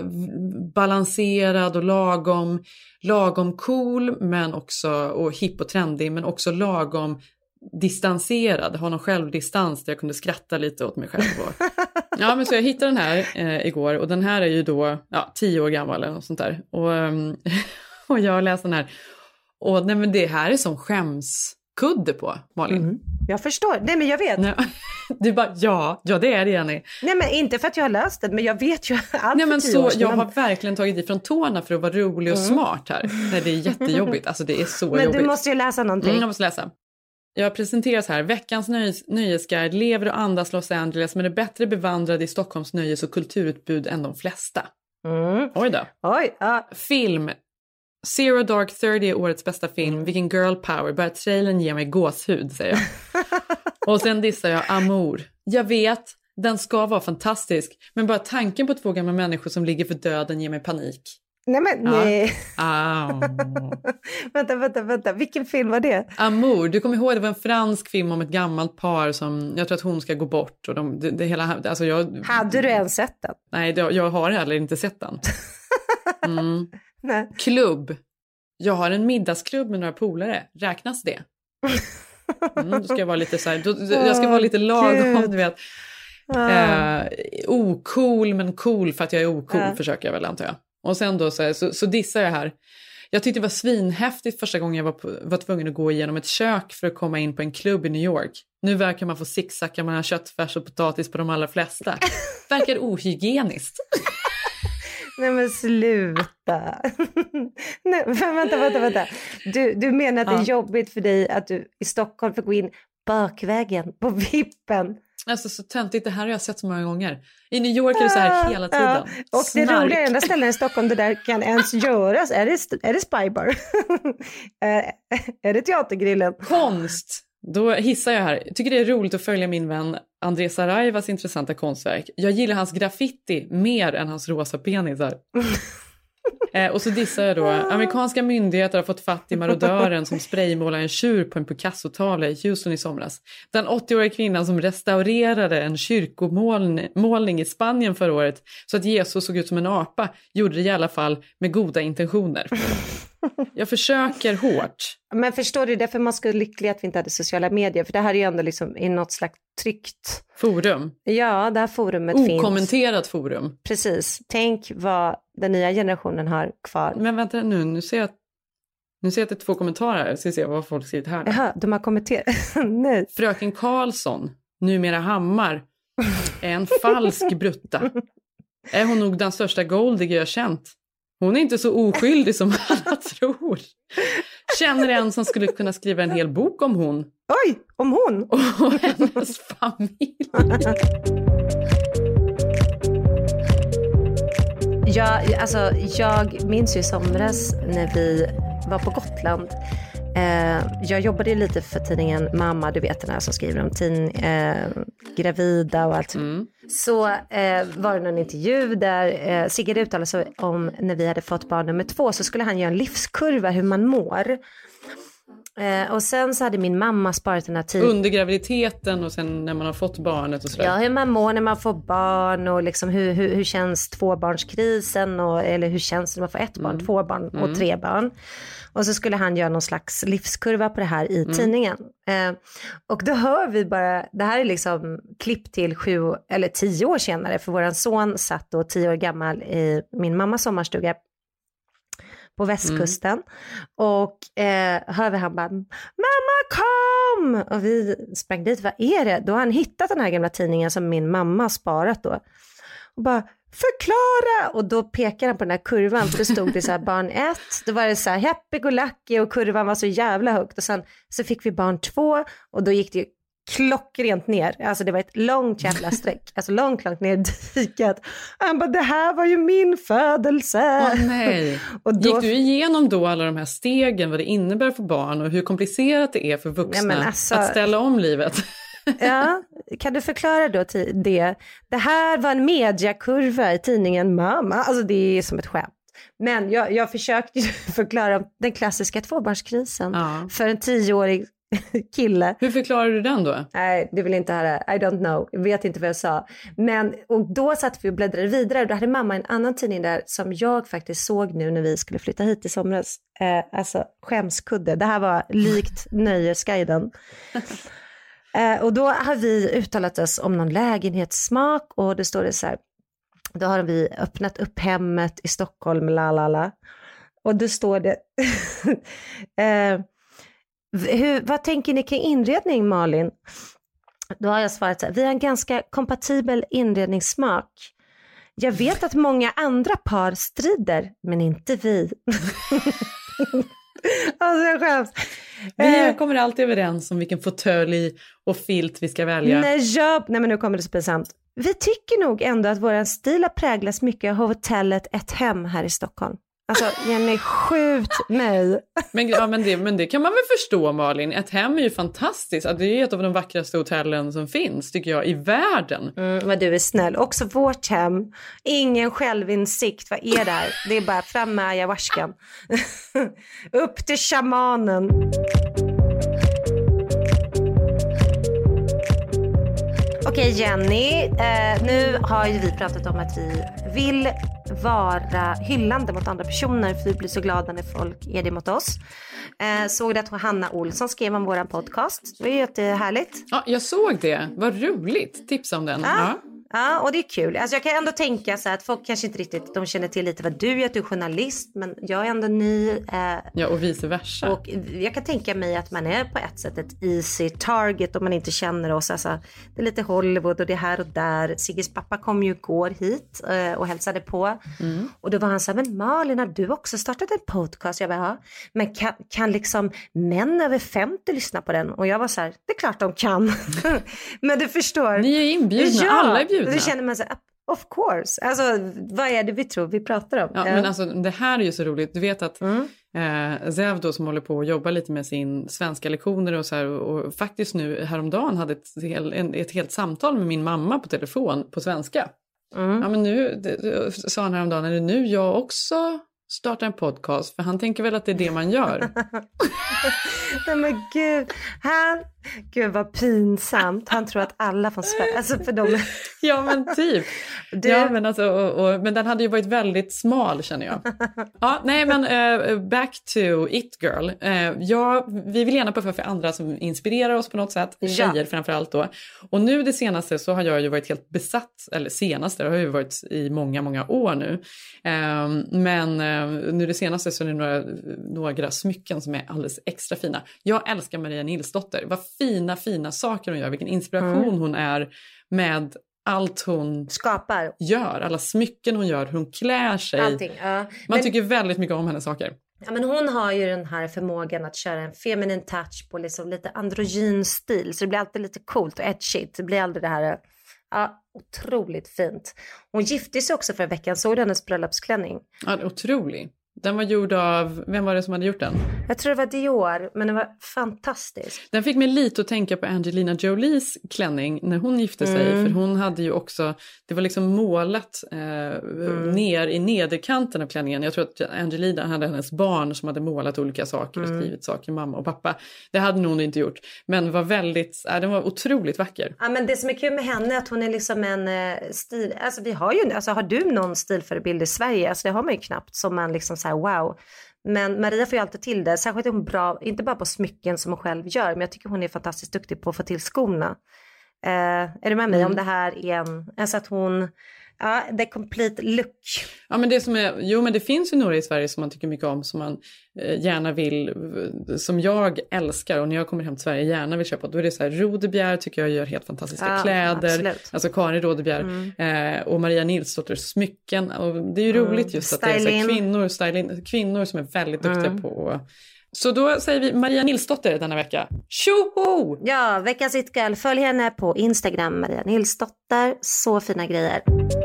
balanserad och lagom lagom cool men också och hipp och trendig men också lagom distanserad, ha någon självdistans där jag kunde skratta lite åt mig själv. Och, ja, men så jag hittade den här eh, igår och den här är ju då ja, tio år gammal eller något sånt där. Och, um, och jag har läst den här och nej, men det här är som skämskudde på, Malin. Mm. Jag förstår, nej men jag vet. Nej, du bara, ja, ja det är det Jenny. Nej men inte för att jag har läst det, men jag vet ju allt. Nej men så, jag har verkligen tagit ifrån tårna för att vara rolig och mm. smart här. Nej, det är jättejobbigt, alltså det är så men jobbigt. Men du måste ju läsa någonting. Mm, jag måste läsa. Jag presenterar så här, veckans nöjes, nöjesguide lever och andas Los Angeles men är bättre bevandrad i Stockholms nöjes- och kulturutbud än de flesta. Mm. Oj då. Oj, ja. Film. Zero Dark Thirty är årets bästa film. Mm. Vilken girl power. Bara trailern ger mig gåshud, säger jag. Och sen dissar jag Amour. Jag vet, den ska vara fantastisk. Men bara tanken på två gamla människor som ligger för döden ger mig panik. Nej men Ja. nej. Ah. vänta, vänta, vänta. Vilken film var det? Amour, du kommer ihåg det var en fransk film om ett gammalt par som, jag tror att hon ska gå bort. Och de, det, det hela, alltså jag, Hade du ens sett den? nej, det, jag har heller inte sett den. Mm. Nej. Klubb. Jag har en middagsklubb med några polare. Räknas det? Mm, då ska jag vara lite så här, då, jag ska vara lite lagom, du vet. Eh, ocool men cool för att jag är ocool, Ja. försöker jag väl, antar jag. Och sen då så, så, så dissar jag här. Jag tyckte det var svinhäftigt första gången jag var, på, var tvungen att gå igenom ett kök för att komma in på en klubb i New York. Nu verkar man få zigzacka mellan köttfärs och potatis på de allra flesta. Verkar ohygieniskt. Nej men sluta. Nej, men vänta, vänta, vänta. Du, du menar att det är Ja. jobbigt för dig att du i Stockholm får gå in bakvägen på vippen? Alltså så töntigt, det här har jag sett så många gånger. I New York är det så här hela tiden. Ja. Och det Snark. roliga är enda ställen i Stockholm det där kan ens göras. Är det, är det Spybar? är, är det Teatergrillen? Konst! Då hissar jag här. Jag tycker det är roligt att följa min vän André Saraivas intressanta konstverk. Jag gillar hans graffiti mer än hans rosa penisar. eh, och så dissar jag då. Amerikanska myndigheter har fått fatt i marodören som spraymålar en tjur på en Picasso-tavla i Houston i somras. Den åttioåriga kvinnan som restaurerade en kyrkomålning i Spanien förra året så att Jesus såg ut som en apa gjorde det i alla fall med goda intentioner. Jag försöker hårt. Men förstår du, därför man ska vara lycklig att vi inte hade sociala medier. För det här är ju ändå liksom i något slags tryckt forum. Ja, det här forumet finns. Okommenterat forum. Precis. Tänk vad den nya generationen har kvar. Men vänta nu, nu ser jag, nu ser jag att det är två kommentarer. Jag ska se vad folk skrivit här. Jaha, de har kommenterat. Nej. Fröken Karlsson, numera Hammar, är en falsk brutta. Är hon nog den största goldige jag känt. Hon är inte så oskyldig som alla tror. Känner en som skulle kunna skriva en hel bok om hon. Oj, om hon? Och hennes familj. Jag, alltså, jag minns ju i somras när vi var på Gotland. Eh, jag jobbade ju lite för tidningen Mamma, du vet den här som skriver om tin, eh, gravida och allt. Mm. Så eh, var det någon intervju där eh, Sigge uttalade sig om när vi hade fått barn nummer två, så skulle han göra en livskurva hur man mår. Eh, och sen så hade min mamma sparat den här tiden. Under graviditeten och sen när man har fått barnet och sådär. Ja, hur man mår när man får barn och liksom hur, hur, hur känns tvåbarnskrisen och, eller hur känns det när man får ett barn, Mm. två barn och Mm. tre barn. Och så skulle han göra någon slags livskurva på det här i Mm. tidningen. Eh, och då hör vi bara, det här är liksom klipp till sju eller tio år senare, för våran son satt då tio år gammal i min mammas sommarstuga på västkusten. Mm. Och eh, hör vi han bara, mamma kom! Och vi sprang dit, vad är det? Då har han hittat den här gamla tidningen som min mamma sparat då. Och bara, förklara! Och då pekar han på den här kurvan, för då stod det så här barn ett, då var det så här happy go lucky och kurvan var så jävla högt. Och sen så fick vi barn två och då gick det ju klockrent ner. Alltså det var ett långt jävla streck. Alltså långt, långt ner i diket. Han bara, det här var ju min födelse. Åh nej. Och då... Gick du igenom då alla de här stegen, vad det innebär för barn och hur komplicerat det är för vuxna Nej, men alltså... att ställa om livet? Ja, kan du förklara då till det? Det här var en mediakurva i tidningen Mamma. Alltså det är som ett skämt. Men jag, jag försökte förklara den klassiska tvåbarnskrisen Ja. för en tioårig kille. Hur förklarar du den då? Nej, det vill inte höra. I don't know. Jag vet inte vad jag sa. Men, och då satt vi och bläddrade vidare. Då hade mamma en annan tidning där som jag faktiskt såg nu när vi skulle flytta hit i somras. Eh, alltså skämskudde. Det här var likt Nöjesguiden. Eh, och då har vi uttalat oss om någon lägenhetssmak och det står det så här, då har vi öppnat upp hemmet i Stockholm, la la la. Och då står det, eh, hur, vad tänker ni kring inredning, Malin? Då har jag svarat så här, vi har en ganska kompatibel inredningssmak. Jag vet att många andra par strider, men inte vi. Alltså jag skäms. Vi kommer alltid överens om vilken fåtölj och filt vi ska välja. Nej, jag, nej men nu kommer det så pinsamt. Vi tycker nog ändå att vår stil präglas mycket av hotellet Ett Hem här i Stockholm. Alltså Jenny, skjut mig. Men, ja, men, det, men det kan man väl förstå, Malin. Ett hem är ju fantastiskt. Att det är ett av de vackraste hotellen som finns, tycker jag, i världen. Mm, vad du är snäll. Också vårt hem. Ingen självinsikt. Vad är det här? Det är bara fram med ayahuascan. Upp till shamanen. Okej Jenny, eh, nu har ju vi pratat om att vi vill vara hyllande mot andra personer, för vi blir så glada när folk är det mot oss. Eh, såg det att Hanna Olsson skrev om våran podcast. Det var ju jättehärligt. Ja, jag såg det. Vad roligt. Tipsa om den. Ja. Ja. Ja, och det är kul. Alltså jag kan ändå tänka så här att folk kanske inte riktigt, de känner till lite vad du gör, att du är journalist, men jag är ändå ny. Eh, ja, och vice versa. Och jag kan tänka mig att man är på ett sätt ett easy target om man inte känner oss. Alltså, det är lite Hollywood och det här och där. Sigges pappa kom ju igår hit eh, och hälsade på. Mm. Och då var han så här, men Malin, har du också startat en podcast? Jag bara, ja. Men kan, kan liksom män över femtio lyssna på den? Och jag var så här, det är klart de kan. Men du förstår. Ni är inbjudna, ja. Alla är bjudna. Då känner man så här, of course. Alltså, vad är det vi tror vi pratar om? Ja, ja. Men alltså, det här är ju så roligt. Du vet att mm. eh, Zev då, som håller på att jobba lite med sin svenska lektioner och så här, och, och faktiskt nu häromdagen hade ett, hel, en, ett helt samtal med min mamma på telefon på svenska. Mm. Ja, men nu det, sa han häromdagen, är det nu jag också startar en podcast? För han tänker väl att det är det man gör. Nej men gud, han, gud vad pinsamt. Han tror att alla får Sverige, alltså för dem. Ja men typ. Du... Ja men alltså, och, och, men den hade ju varit väldigt smal, känner jag. Ja, nej men uh, back to it girl. Uh, ja, vi vill gärna puffa för andra som inspirerar oss på något sätt. Tjejer ja. Framförallt då. Och nu det senaste så har jag ju varit helt besatt, eller senaste, det har ju varit i många, många år nu. Uh, men uh, nu det senaste så är det några, några smycken som är alldeles extra fina. Jag älskar Maria Nilsdotter. Vad fina, fina saker hon gör. Vilken inspiration mm. hon är med allt hon skapar. Gör. Alla smycken hon gör, hur hon klär sig. Allting, uh, Man men... tycker väldigt mycket om hennes saker. Ja, men hon har ju den här förmågan att köra en feminin touch på liksom lite androgyn stil. Så det blir alltid lite coolt och edgigt. Det blir aldrig det här... Ja, otroligt fint. Hon gifte sig också för veckan. Såg du hennes bröllopsklänning? Ja, otrolig. Den var gjord av, vem var det som hade gjort den? Jag tror det var Dior, men den var fantastisk. Den fick mig lite att tänka på Angelina Jolies klänning när hon gifte sig. Mm. För hon hade ju också, det var liksom målat eh, mm. ner i nederkanten av klänningen. Jag tror att Angelina hade hennes barn som hade målat olika saker och skrivit mm. saker, mamma och pappa. Det hade hon inte gjort. Men var väldigt, äh, den var otroligt vacker. Ja, men det som är kul med henne är att hon är liksom en eh, stil, alltså vi har ju, alltså har du någon stilförebild i Sverige? Alltså det har man ju knappt, som man liksom så här, wow. Men Maria får ju alltid till det. Särskilt är hon bra, inte bara på smycken som hon själv gör, men jag tycker hon är fantastiskt duktig på att få till skorna. Eh, är du med mig mm. om det här är en, alltså att hon, ja, det är complete look. Ja, men det som är, jo men det finns ju några i Sverige som man tycker mycket om, som man eh, gärna vill, som jag älskar, och när jag kommer hem till Sverige gärna vill köpa, då är det så här, Rodebjer tycker jag gör helt fantastiska ja, kläder, absolut. Alltså Karin Rodebjer mm. eh, och Maria Nilsdotters smycken, och det är ju mm. roligt just styling. Att det är så här, kvinnor, styling, kvinnor som är väldigt duktiga mm. på. Så då säger vi Maria Nilsdotter denna vecka. Tjoho! Ja, veckans it-girl. Följ henne på Instagram, Maria Nilsdotter. Så fina grejer.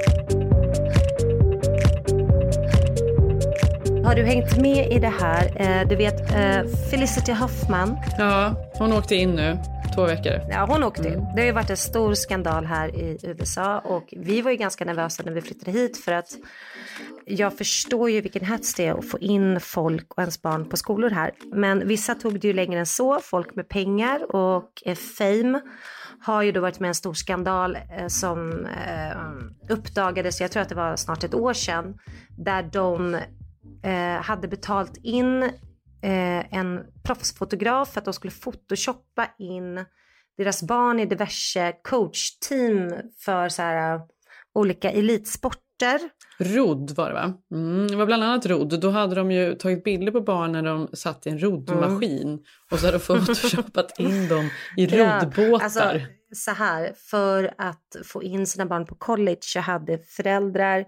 Har du hängt med i det här? Du vet, Felicity Huffman. Ja, hon åkte in nu. Två veckor. Ja, hon åkte in. Det har ju varit en stor skandal här i U S A. Och vi var ju ganska nervösa när vi flyttade hit. För att jag förstår ju vilken hets det är att få in folk och ens barn på skolor här. Men vissa tog det ju längre än så. Folk med pengar och fame har ju då varit med en stor skandal eh, som eh, uppdagades, jag tror att det var snart ett år sedan. Där de eh, hade betalt in eh, en proffsfotograf för att de skulle photoshoppa in deras barn i diverse coachteam för så här olika elitsporter. Rodd var det va? Mm, det var bland annat rodd. Då hade de ju tagit bilder på barn när de satt i en roddmaskin. Mm. Och så hade de photoshopat in dem i roddbåtar. Ja, alltså, så här, för att få in sina barn på college så hade föräldrar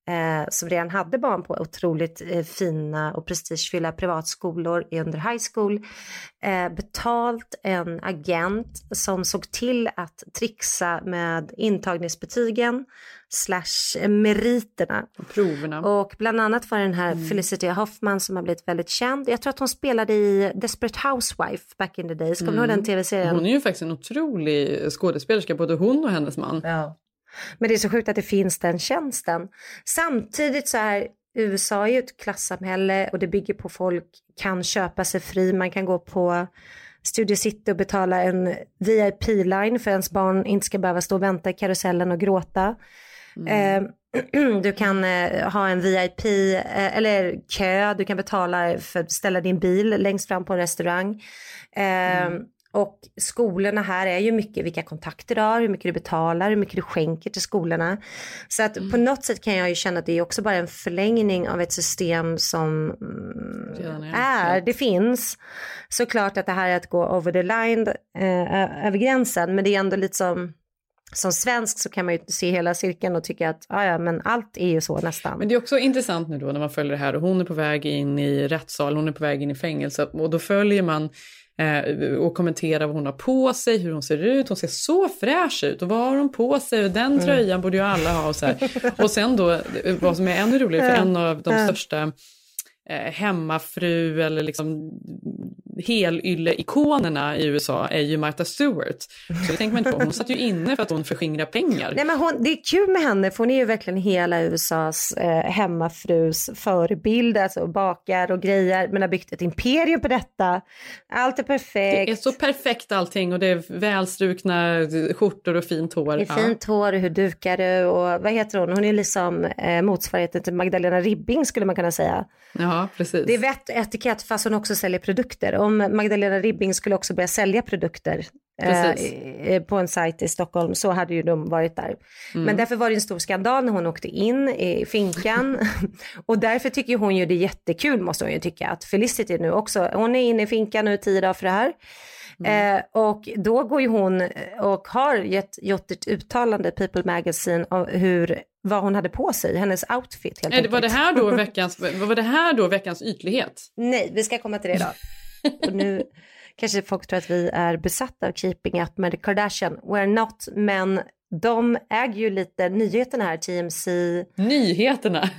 eh, som redan hade barn på otroligt eh, fina och prestigefyllda privatskolor under high school eh, betalt en agent som såg till att trixa med intagningsbetygen slash meriterna. Och proverna. Och bland annat var den här mm. Felicity Hoffman som har blivit väldigt känd. Jag tror att hon spelade i Desperate Housewife back in the days. Kommer mm. du ihåg den tv-serien? Hon är ju faktiskt en otrolig skådespelerska, både hon och hennes man. Ja. Men det är så sjukt att det finns den tjänsten. Samtidigt så är U S A ju ett klassamhälle och det bygger på folk kan köpa sig fri. Man kan gå på Studio City och betala en V I P-line för ens barn inte ska behöva stå och vänta i karusellen och gråta. Mm. Eh, du kan eh, ha en V I P eh, eller kö, du kan betala för att ställa din bil längst fram på en restaurang. Eh, mm. Och skolorna här är ju mycket vilka kontakter du har, hur mycket du betalar, hur mycket du skänker till skolorna. Så att mm. på något sätt kan jag ju känna att det är också bara en förlängning av ett system som mm, är, är, det finns. Såklart att det här är att gå over the line, eh, över gränsen, men det är ändå lite som... Som svensk så kan man ju se hela cirkeln och tycka att ah ja, men allt är ju så nästan. Men det är också intressant nu då när man följer det här och hon är på väg in i rättssal, hon är på väg in i fängelse och då följer man eh, och kommenterar vad hon har på sig, hur hon ser ut, hon ser så fräsch ut och vad har hon på sig och den tröjan mm. borde ju alla ha och så här. Och sen då, vad som är ännu roligare för en av de största eh, hemmafru eller liksom helylle-ikonerna i U S A är ju Martha Stewart. Så det tänker man inte på. Hon satt ju inne för att hon förskingrar pengar. Nej, men hon, det är kul med henne för hon är ju verkligen hela U S As eh, hemmafrus förebild. Alltså bakar och grejer. Men har byggt ett imperium på detta. Allt är perfekt. Det är så perfekt allting och det är välstrukna skjortor och fint hår. Det är fint ja. hår och hur dukar du och vad heter hon? Hon är liksom eh, motsvarigheten till Magdalena Ribbing skulle man kunna säga. Ja, precis. Det är vett och etikett fast hon också säljer produkter. Om Magdalena Ribbing skulle också börja sälja produkter eh, på en sajt i Stockholm så hade ju de varit där. Mm. Men därför var det en stor skandal när hon åkte in i finkan. Och därför tycker hon ju det är jättekul måste hon ju tycka att Felicity nu också, hon är inne i finkan nu tio dagar för det här. Mm. Eh, och då går ju hon och har gett, gjort ett uttalande People Magazine av hur, vad hon hade på sig, hennes outfit helt enkelt. Var det här då veckans, var det här då veckans ytlighet? Nej, vi ska komma till det idag. Och nu kanske folk tror att vi är besatta av Keeping Up med Kardashian. We're not, men de äger ju lite nyheterna här, T M C. Nyheterna?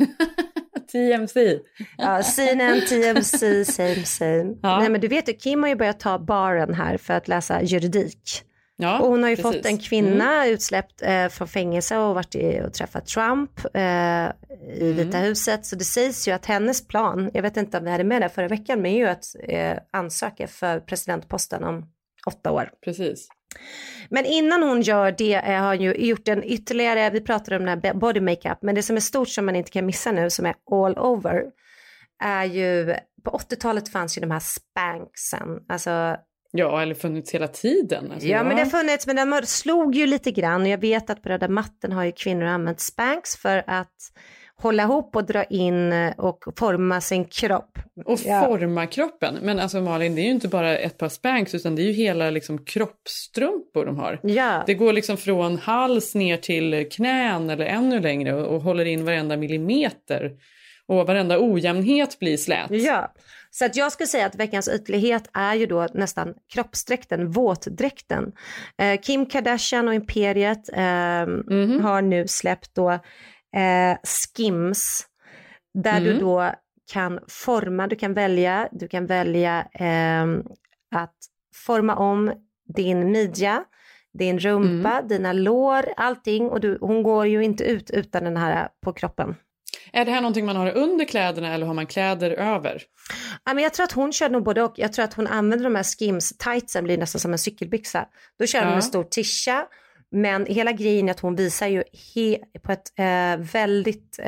T M C. Ja, C N N, T M C, same same. Ja. Nej men du vet ju, Kim har ju börjat ta baren här för att läsa juridik. Ja, och hon har ju precis. fått en kvinna mm. utsläppt eh, från fängelse och varit i, och träffat Trump eh, i mm. Vita huset. Så det sägs ju att hennes plan, jag vet inte om vi hade med det förra veckan, men är ju att eh, ansöka för presidentposten om åtta år. Precis. Men innan hon gör det eh, har hon ju gjort en ytterligare, vi pratade om den här body makeup, men det som är stort som man inte kan missa nu som är all over är ju, på åttiotalet fanns ju de här spanksen, alltså. Ja, eller funnits hela tiden. Alltså, ja, ja, men det har funnits, men den slog ju lite grann. Och jag vet att på röda matten har ju kvinnor använt spanks för att hålla ihop och dra in och forma sin kropp. Och ja. forma kroppen. Men alltså Malin, det är ju inte bara ett par spanks utan det är ju hela liksom kroppstrumpor de har. Ja. Det går liksom från hals ner till knän eller ännu längre och, och håller in varenda millimeter. Och varenda ojämnhet blir slät. Ja, så att jag skulle säga att veckans ytlighet är ju då nästan kroppsdräkten, våtdräkten. Eh, Kim Kardashian och Imperiet eh, mm-hmm. har nu släppt då eh, Skims. Där mm. du då kan forma, du kan välja, du kan välja eh, att forma om din midja, din rumpa, mm. dina lår, allting. Och du, hon går ju inte ut utan den här på kroppen. Är det här någonting man har under kläderna eller har man kläder över? Ja, men jag tror att hon kör nog både och. Jag tror att hon använder de här Skims tightsen, blir nästan som en cykelbyxa. Då kör ja. hon en stor tisha. Men hela grejen är att hon visar ju he- på ett eh, väldigt eh,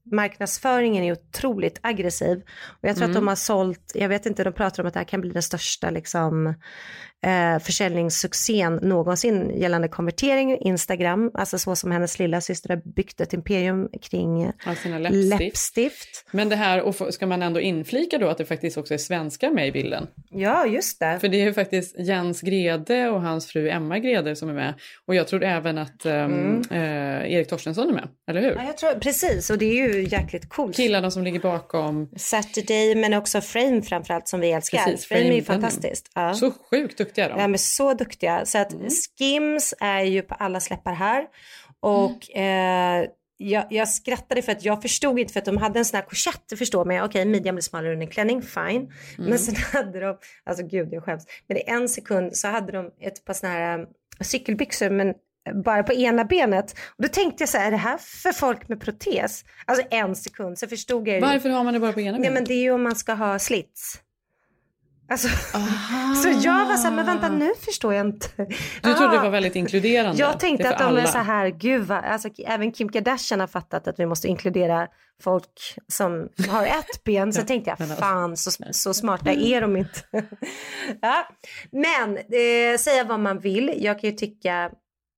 marknadsföringen är otroligt aggressiv. Och jag tror mm. att de har sålt, jag vet inte, de pratar om att det här kan bli den största liksom, eh, försäljningssuccén någonsin gällande konvertering, Instagram, alltså så som hennes lilla syster har byggt ett imperium kring ja, sina läppstift. läppstift. Men det här, och ska man ändå inflika då att det faktiskt också är svenskar med i bilden? Ja, just det. För det är ju faktiskt Jens Grede och hans fru Emma Grede som är med. Och jag tror även att um, mm. eh, Erik Torstensson är med, eller hur? Ja, jag tror, precis, och det är ju jäkligt coolt. Killarna som ligger bakom Saturday, men också Frame framförallt som vi älskar. Precis, Frame, Frame är ju den, fantastiskt. Ja. Så sjukt duktiga de. Ja, men så duktiga. Så att mm. Skims är ju på alla släppar här. Och mm. eh, jag, jag skrattade för att jag förstod inte, för att de hade en sån här korsett, du förstår mig. Okej, midjan blir smalare under en klänning, fine. Mm. Men sen hade de, alltså gud jag skäms. Men i en sekund så hade de ett par såna här cykelbyxor, men bara på ena benet. Och då tänkte jag så här, är det här för folk med protes? Alltså en sekund så förstod jag. Varför har man det bara på ena benet? Nej, men det är ju om man ska ha slits. Alltså, så jag var så här, men vänta, nu förstår jag inte. Du trodde det var väldigt inkluderande. Jag tänkte att de alla. är så här, gud vad, alltså, även Kim Kardashian har fattat att vi måste inkludera folk som har ett ben. Så tänkte jag, fan så, så smarta är de inte. Ja. Men eh, säga vad man vill, jag kan ju tycka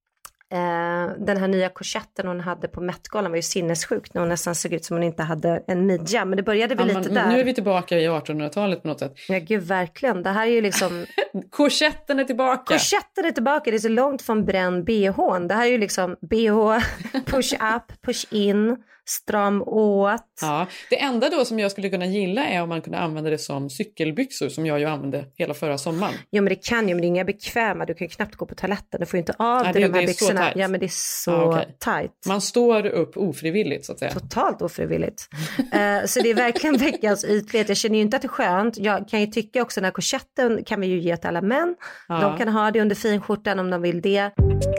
Uh, den här nya korsetten hon hade på Met-galan var ju sinnessjukt när hon nästan såg ut som hon inte hade en midja, men det började väl ja, lite men, där. Nu är vi tillbaka i artonhundratalet på något sätt. Ja gud, verkligen, det här är ju liksom korsetten är tillbaka. Korsetten är tillbaka, det är så långt från bränn B H. Det här är ju liksom B H, push up, push in, stram åt. Ja, det enda då som jag skulle kunna gilla är om man kunde använda det som cykelbyxor, som jag ju använde hela förra sommaren. Ja, men det kan ju, men det är inga bekväma, du kan ju knappt gå på toaletten, du får ju inte av ja, det, de här byxorna. Ja, men det är så ja, okay. tight. Man står upp ofrivilligt så att säga. Totalt ofrivilligt. uh, så det är verkligen veckans ytlighet. Jag känner ju inte att det är skönt. Jag kan ju tycka också den här korsetten kan vi ju ge till alla män. Ja. De kan ha det under finskjortan om de vill det.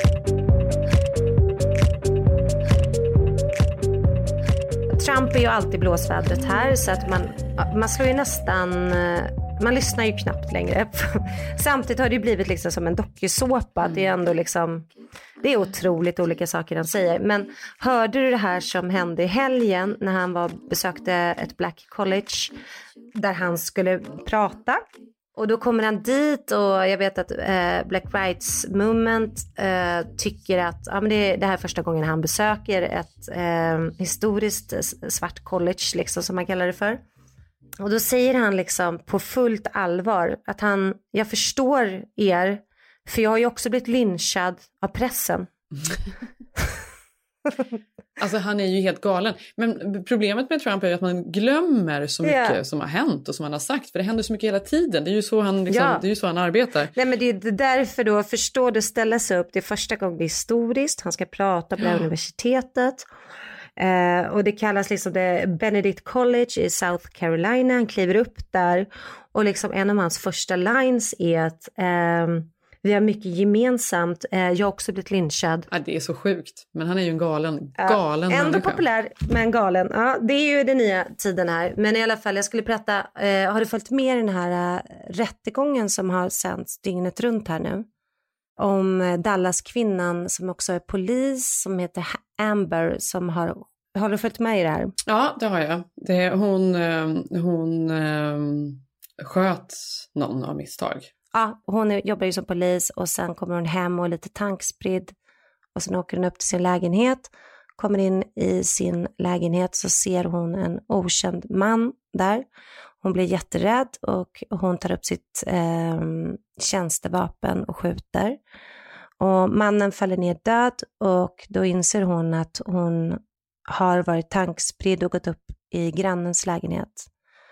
Trump är ju alltid blåsvädret här, så att man, man slår ju nästan, man lyssnar ju knappt längre. Samtidigt har det ju blivit liksom som en dokusåpa. Det är ändå liksom, det är otroligt olika saker han säger. Men hörde du det här som hände i helgen när han var, besökte ett Black College där han skulle prata? Och då kommer han dit och jag vet att eh, Black Rights Movement eh, tycker att ja, men det, det här är första gången han besöker ett eh, historiskt svart college liksom, som man kallar det för. Och då säger han liksom på fullt allvar att han, jag förstår er, för jag har ju också blivit lynchad av pressen. Alltså han är ju helt galen. Men problemet med Trump är att man glömmer så mycket yeah. som har hänt och som han har sagt. För det händer så mycket hela tiden. Det är ju så han, liksom, ja. det är ju så han arbetar. Nej, men det är därför då, förstår du, ställa sig upp. Det är första gången det är historiskt. Han ska prata på det här ja. universitetet. Uh, och det kallas liksom det Benedict College i South Carolina. Han kliver upp där. Och liksom en av hans första lines är att... Uh, vi har mycket gemensamt. Jag har också blivit lynchad. Ja, det är så sjukt. Men han är ju en galen, galen ja, ändå människa. Populär, men galen. Ja, det är ju den nya tiden här. Men i alla fall, jag skulle prata. Eh, har du följt med den här uh, rättegången som har sänds dygnet runt här nu? Om uh, Dallas-kvinnan som också är polis, som heter Amber, som har... Har du följt med i det här? Ja, det har jag. Det, hon uh, hon uh, sköt någon av misstag. Ja, hon jobbar ju som polis och sen kommer hon hem och är lite tankspridd och sen åker hon upp till sin lägenhet, kommer in i sin lägenhet så ser hon en okänd man där. Hon blir jätterädd och hon tar upp sitt eh, tjänstevapen och skjuter. Och mannen faller ner död och då inser hon att hon har varit tankspridd och gått upp i grannens lägenhet.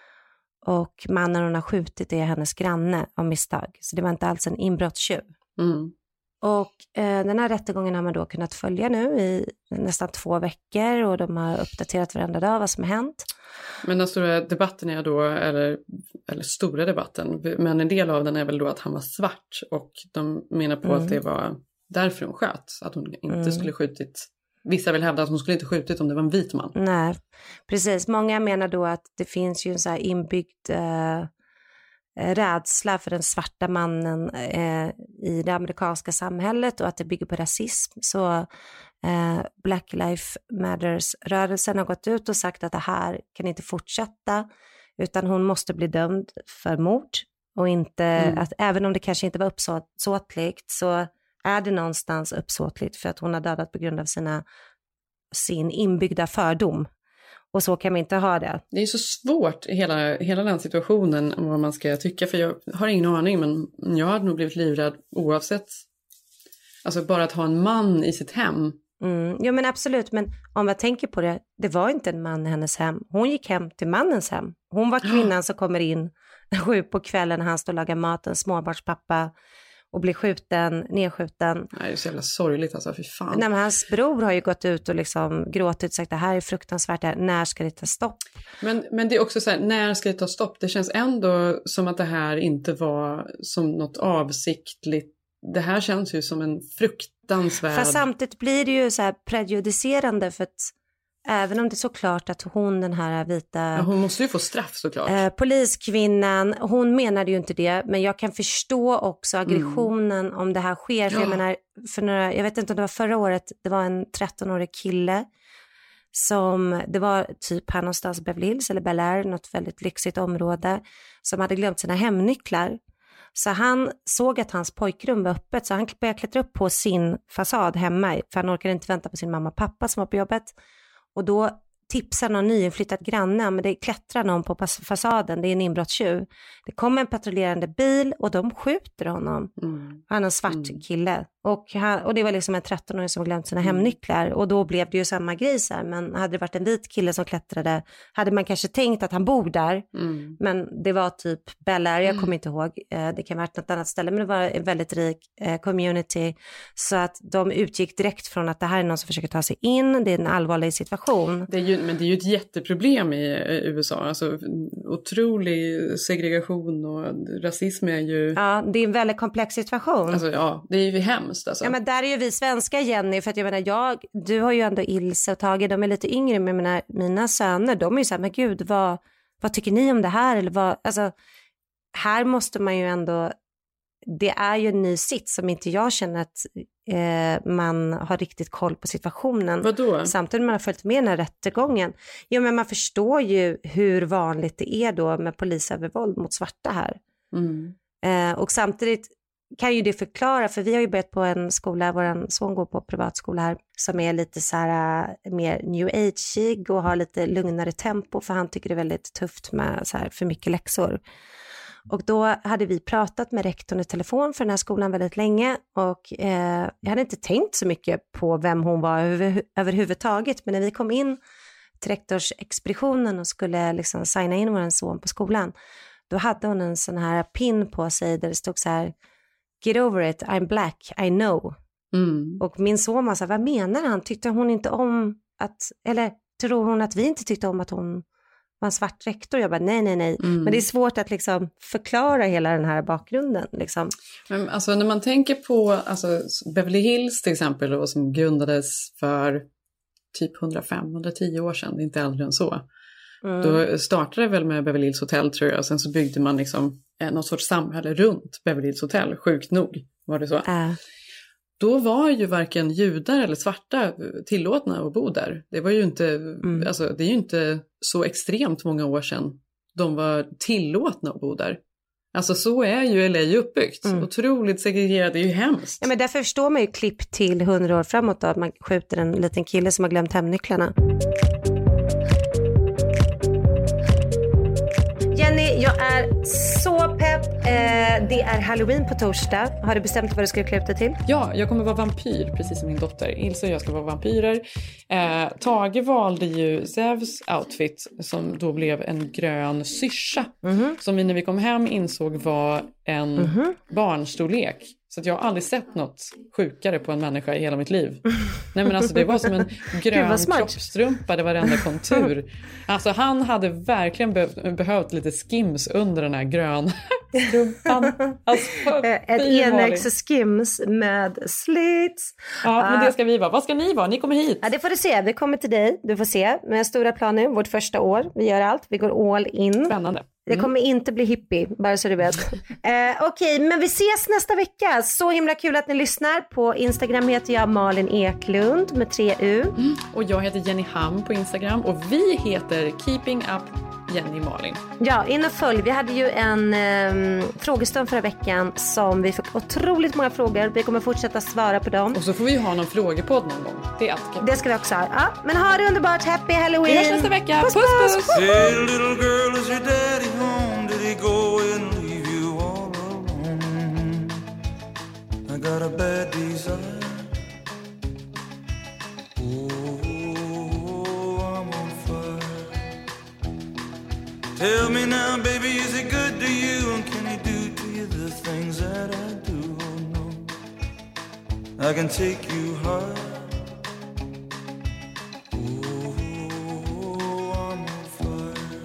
Och mannen hon har skjutit är hennes granne av misstag. Så det var inte alls en inbrottstjuv. Mm. Och eh, den här rättegången har man då kunnat följa nu i nästan två veckor. Och de har uppdaterat varenda dag vad som har hänt. Men den stora debatten är då, eller, eller stora debatten. Men en del av den är väl då att han var svart. Och de menar på mm. att det var därför hon sköt. Att hon inte mm. skulle skjutit. Vissa vill hävda att hon skulle inte skjutit om det var en vit man. Nej, precis. Många menar då att det finns ju en så här inbyggd eh, rädsla för den svarta mannen eh, i det amerikanska samhället och att det bygger på rasism. Så Eh, Black Lives Matters-rörelsen har gått ut och sagt att det här kan inte fortsätta, utan hon måste bli dömd för mord. Och inte, mm. att även om det kanske inte var uppsåtligt, så är det någonstans uppsåtligt för att hon har dödat på grund av sina, sin inbyggda fördom. Och så kan man inte ha det. Det är så svårt hela, hela den situationen vad man ska tycka. För jag har ingen aning, men jag hade nog blivit livrädd oavsett. Alltså bara att ha en man i sitt hem. Mm, ja men absolut, men om jag tänker på det, det var inte en man i hennes hem. Hon gick hem till mannens hem. Hon var kvinnan som kommer in sju på kvällen när han står och lagar maten, småbarnspappa, och blir skjuten, nedskjuten. Nej, det är så jävla sorgligt alltså, fy fan. Nej, men hans bror har ju gått ut och liksom gråtit och sagt det här är fruktansvärt, här. När ska det ta stopp? Men, men det är också så här, när ska det ta stopp? Det känns ändå som att det här inte var som något avsiktligt. Det här känns ju som en fruktansvärd... Fast samtidigt blir det ju så här prejudicerande, för att även om det är såklart att hon, den här vita... Ja, hon måste ju få straff såklart. Eh, poliskvinnan, hon menade ju inte det. Men jag kan förstå också aggressionen mm. om det här sker. Ja. För jag menar, för några, jag vet inte om det var förra året, det var en trettonårig kille som, det var typ här någonstans Beverly Hills eller Bel Air, något väldigt lyxigt område, som hade glömt sina hemnycklar. Så han såg att hans pojkrum var öppet, så han började klättra upp på sin fasad hemma, för han orkade inte vänta på sin mamma och pappa som var på jobbet. Och då tipsar någon nyinflyttad granne, men det klättrar någon på fasaden, det är en inbrottstjuv. Det kommer en patrullerande bil och de skjuter honom. Mm. Han är en svart mm. kille. Och, han, och det var liksom en trettonåring som glömt sina mm. hemnycklar. Och då blev det ju samma grej så här. Men hade det varit en vit kille som klättrade, hade man kanske tänkt att han bor där. Mm. Men det var typ Bel Air, jag kommer inte ihåg. Det kan ha varit något annat ställe, men det var en väldigt rik eh, community. Så att de utgick direkt från att det här är någon som försöker ta sig in. Det är en allvarlig situation. Det är ju, men det är ju ett jätteproblem i U S A. Alltså otrolig segregation och rasism är ju... Ja, det är en väldigt komplex situation. Alltså ja, det är ju hemskt alltså. Ja, men där är ju vi svenska, Jenny, för att jag menar, jag, du har ju ändå Ilse och Tage, de är lite yngre, men mina, mina söner, de är ju så här, men gud, vad, vad tycker ni om det här? Eller vad, alltså, här måste man ju ändå, det är ju en ny sitt som inte jag känner att eh, man har riktigt koll på situationen. Vadå? Samtidigt man har följt med den här rättegången. Jo, men man förstår ju hur vanligt det är då med polisövervåld mot svarta här. Mm. Eh, och samtidigt kan ju det förklara, för vi har ju börjat på en skola, vår son går på privatskola här, som är lite så här mer new age-ig och har lite lugnare tempo, för han tycker det är väldigt tufft med så här för mycket läxor. Och då hade vi pratat med rektorn i telefon för den här skolan väldigt länge, och eh, jag hade inte tänkt så mycket på vem hon var över, överhuvudtaget, men när vi kom in till rektorsexpeditionen och skulle liksom signa in vår son på skolan, då hade hon en sån här pin på sig där det stod så här: get over it, I'm black, I know. Mm. Och min son var så här, vad menar han? Tyckte hon inte om att, eller tror hon att vi inte tyckte om att hon var en svart rektor? Jag bara, nej, nej, nej. Mm. Men det är svårt att liksom förklara hela den här bakgrunden. Liksom. Men alltså när man tänker på alltså, Beverly Hills till exempel, då, som grundades för typ hundrafem till hundratio år sedan, det är inte äldre än så. Mm. Då startade det väl med Beverly Hills Hotel, tror jag. Och sen så byggde man liksom eh, något sorts samhälle runt Beverly Hills Hotel. Sjukt nog var det så. Äh. Då var ju varken judar eller svarta tillåtna att bo där. Det var ju inte, mm. alltså, det är ju inte så extremt många år sedan de var tillåtna att bo där. Alltså så är ju L A uppbyggt. Mm. Otroligt segregerat, det är ju hemskt. Ja, men därför förstår man ju klipp till hundra år framåt då, att man skjuter en liten kille som har glömt hemnycklarna. Jenny, jag är så pepp. Eh, det är Halloween på torsdag. Har du bestämt vad du ska klä upp dig till? Ja, jag kommer vara vampyr, precis som min dotter. Ilse och jag ska vara vampyrer. Eh, Tage valde ju Zevs outfit, som då blev en grön syrsa. Mm-hmm. Som vi när vi kom hem insåg var en mm-hmm. barnstorlek. Så att jag har aldrig sett något sjukare på en människa i hela mitt liv. Nej, men alltså det var som en grön kroppstrumpa, det var varenda kontur. Alltså han hade verkligen be- behövt lite skims under den här grön strumpan. Alltså, ett enägs skims med slits. Ja, men det ska vi vara. Vad ska ni vara? Ni kommer hit. Ja, det får du se. Vi kommer till dig. Du får se. Med stora planer, vårt första år. Vi gör allt. Vi går all in. Spännande. Det kommer mm. inte bli hippie, bara så du vet. eh, Okej, okay, men vi ses nästa vecka. Så himla kul att ni lyssnar. På Instagram heter jag Malin Eklund med tre U. Mm. Och jag heter Jenny Ham på Instagram. Och vi heter Keeping Up Jenny Malin. Ja, in och följ. Vi hade ju en eh, frågestund förra veckan som vi fick otroligt många frågor. Vi kommer fortsätta svara på dem. Och så får vi ju ha någon frågepodd någon gång. Det är allt kul. Det ska vi också ha. Ja, men ha det underbart. Happy Halloween. Vi hörs nästa vecka. Puss, puss. puss. Hey, little girl, is your daddy home? Did he go and leave you all alone? I got a bad desire. Tell me now, baby, is it good to you? And can he do to you the things that I do? Oh, no, I can take you high. Oh, I'm on fire.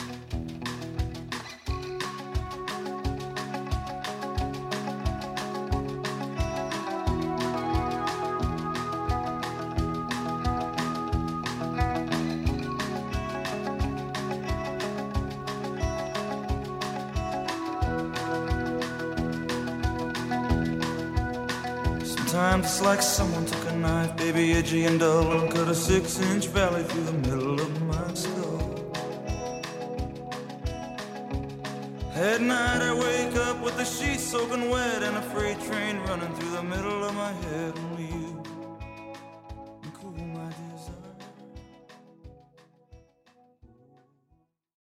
Sometimes it's like someone took a knife, baby, edgy and dull, and cut a six-inch valley through the middle of my skull. At night I wake up with the sheets soaking wet and a freight train running through the middle of my head.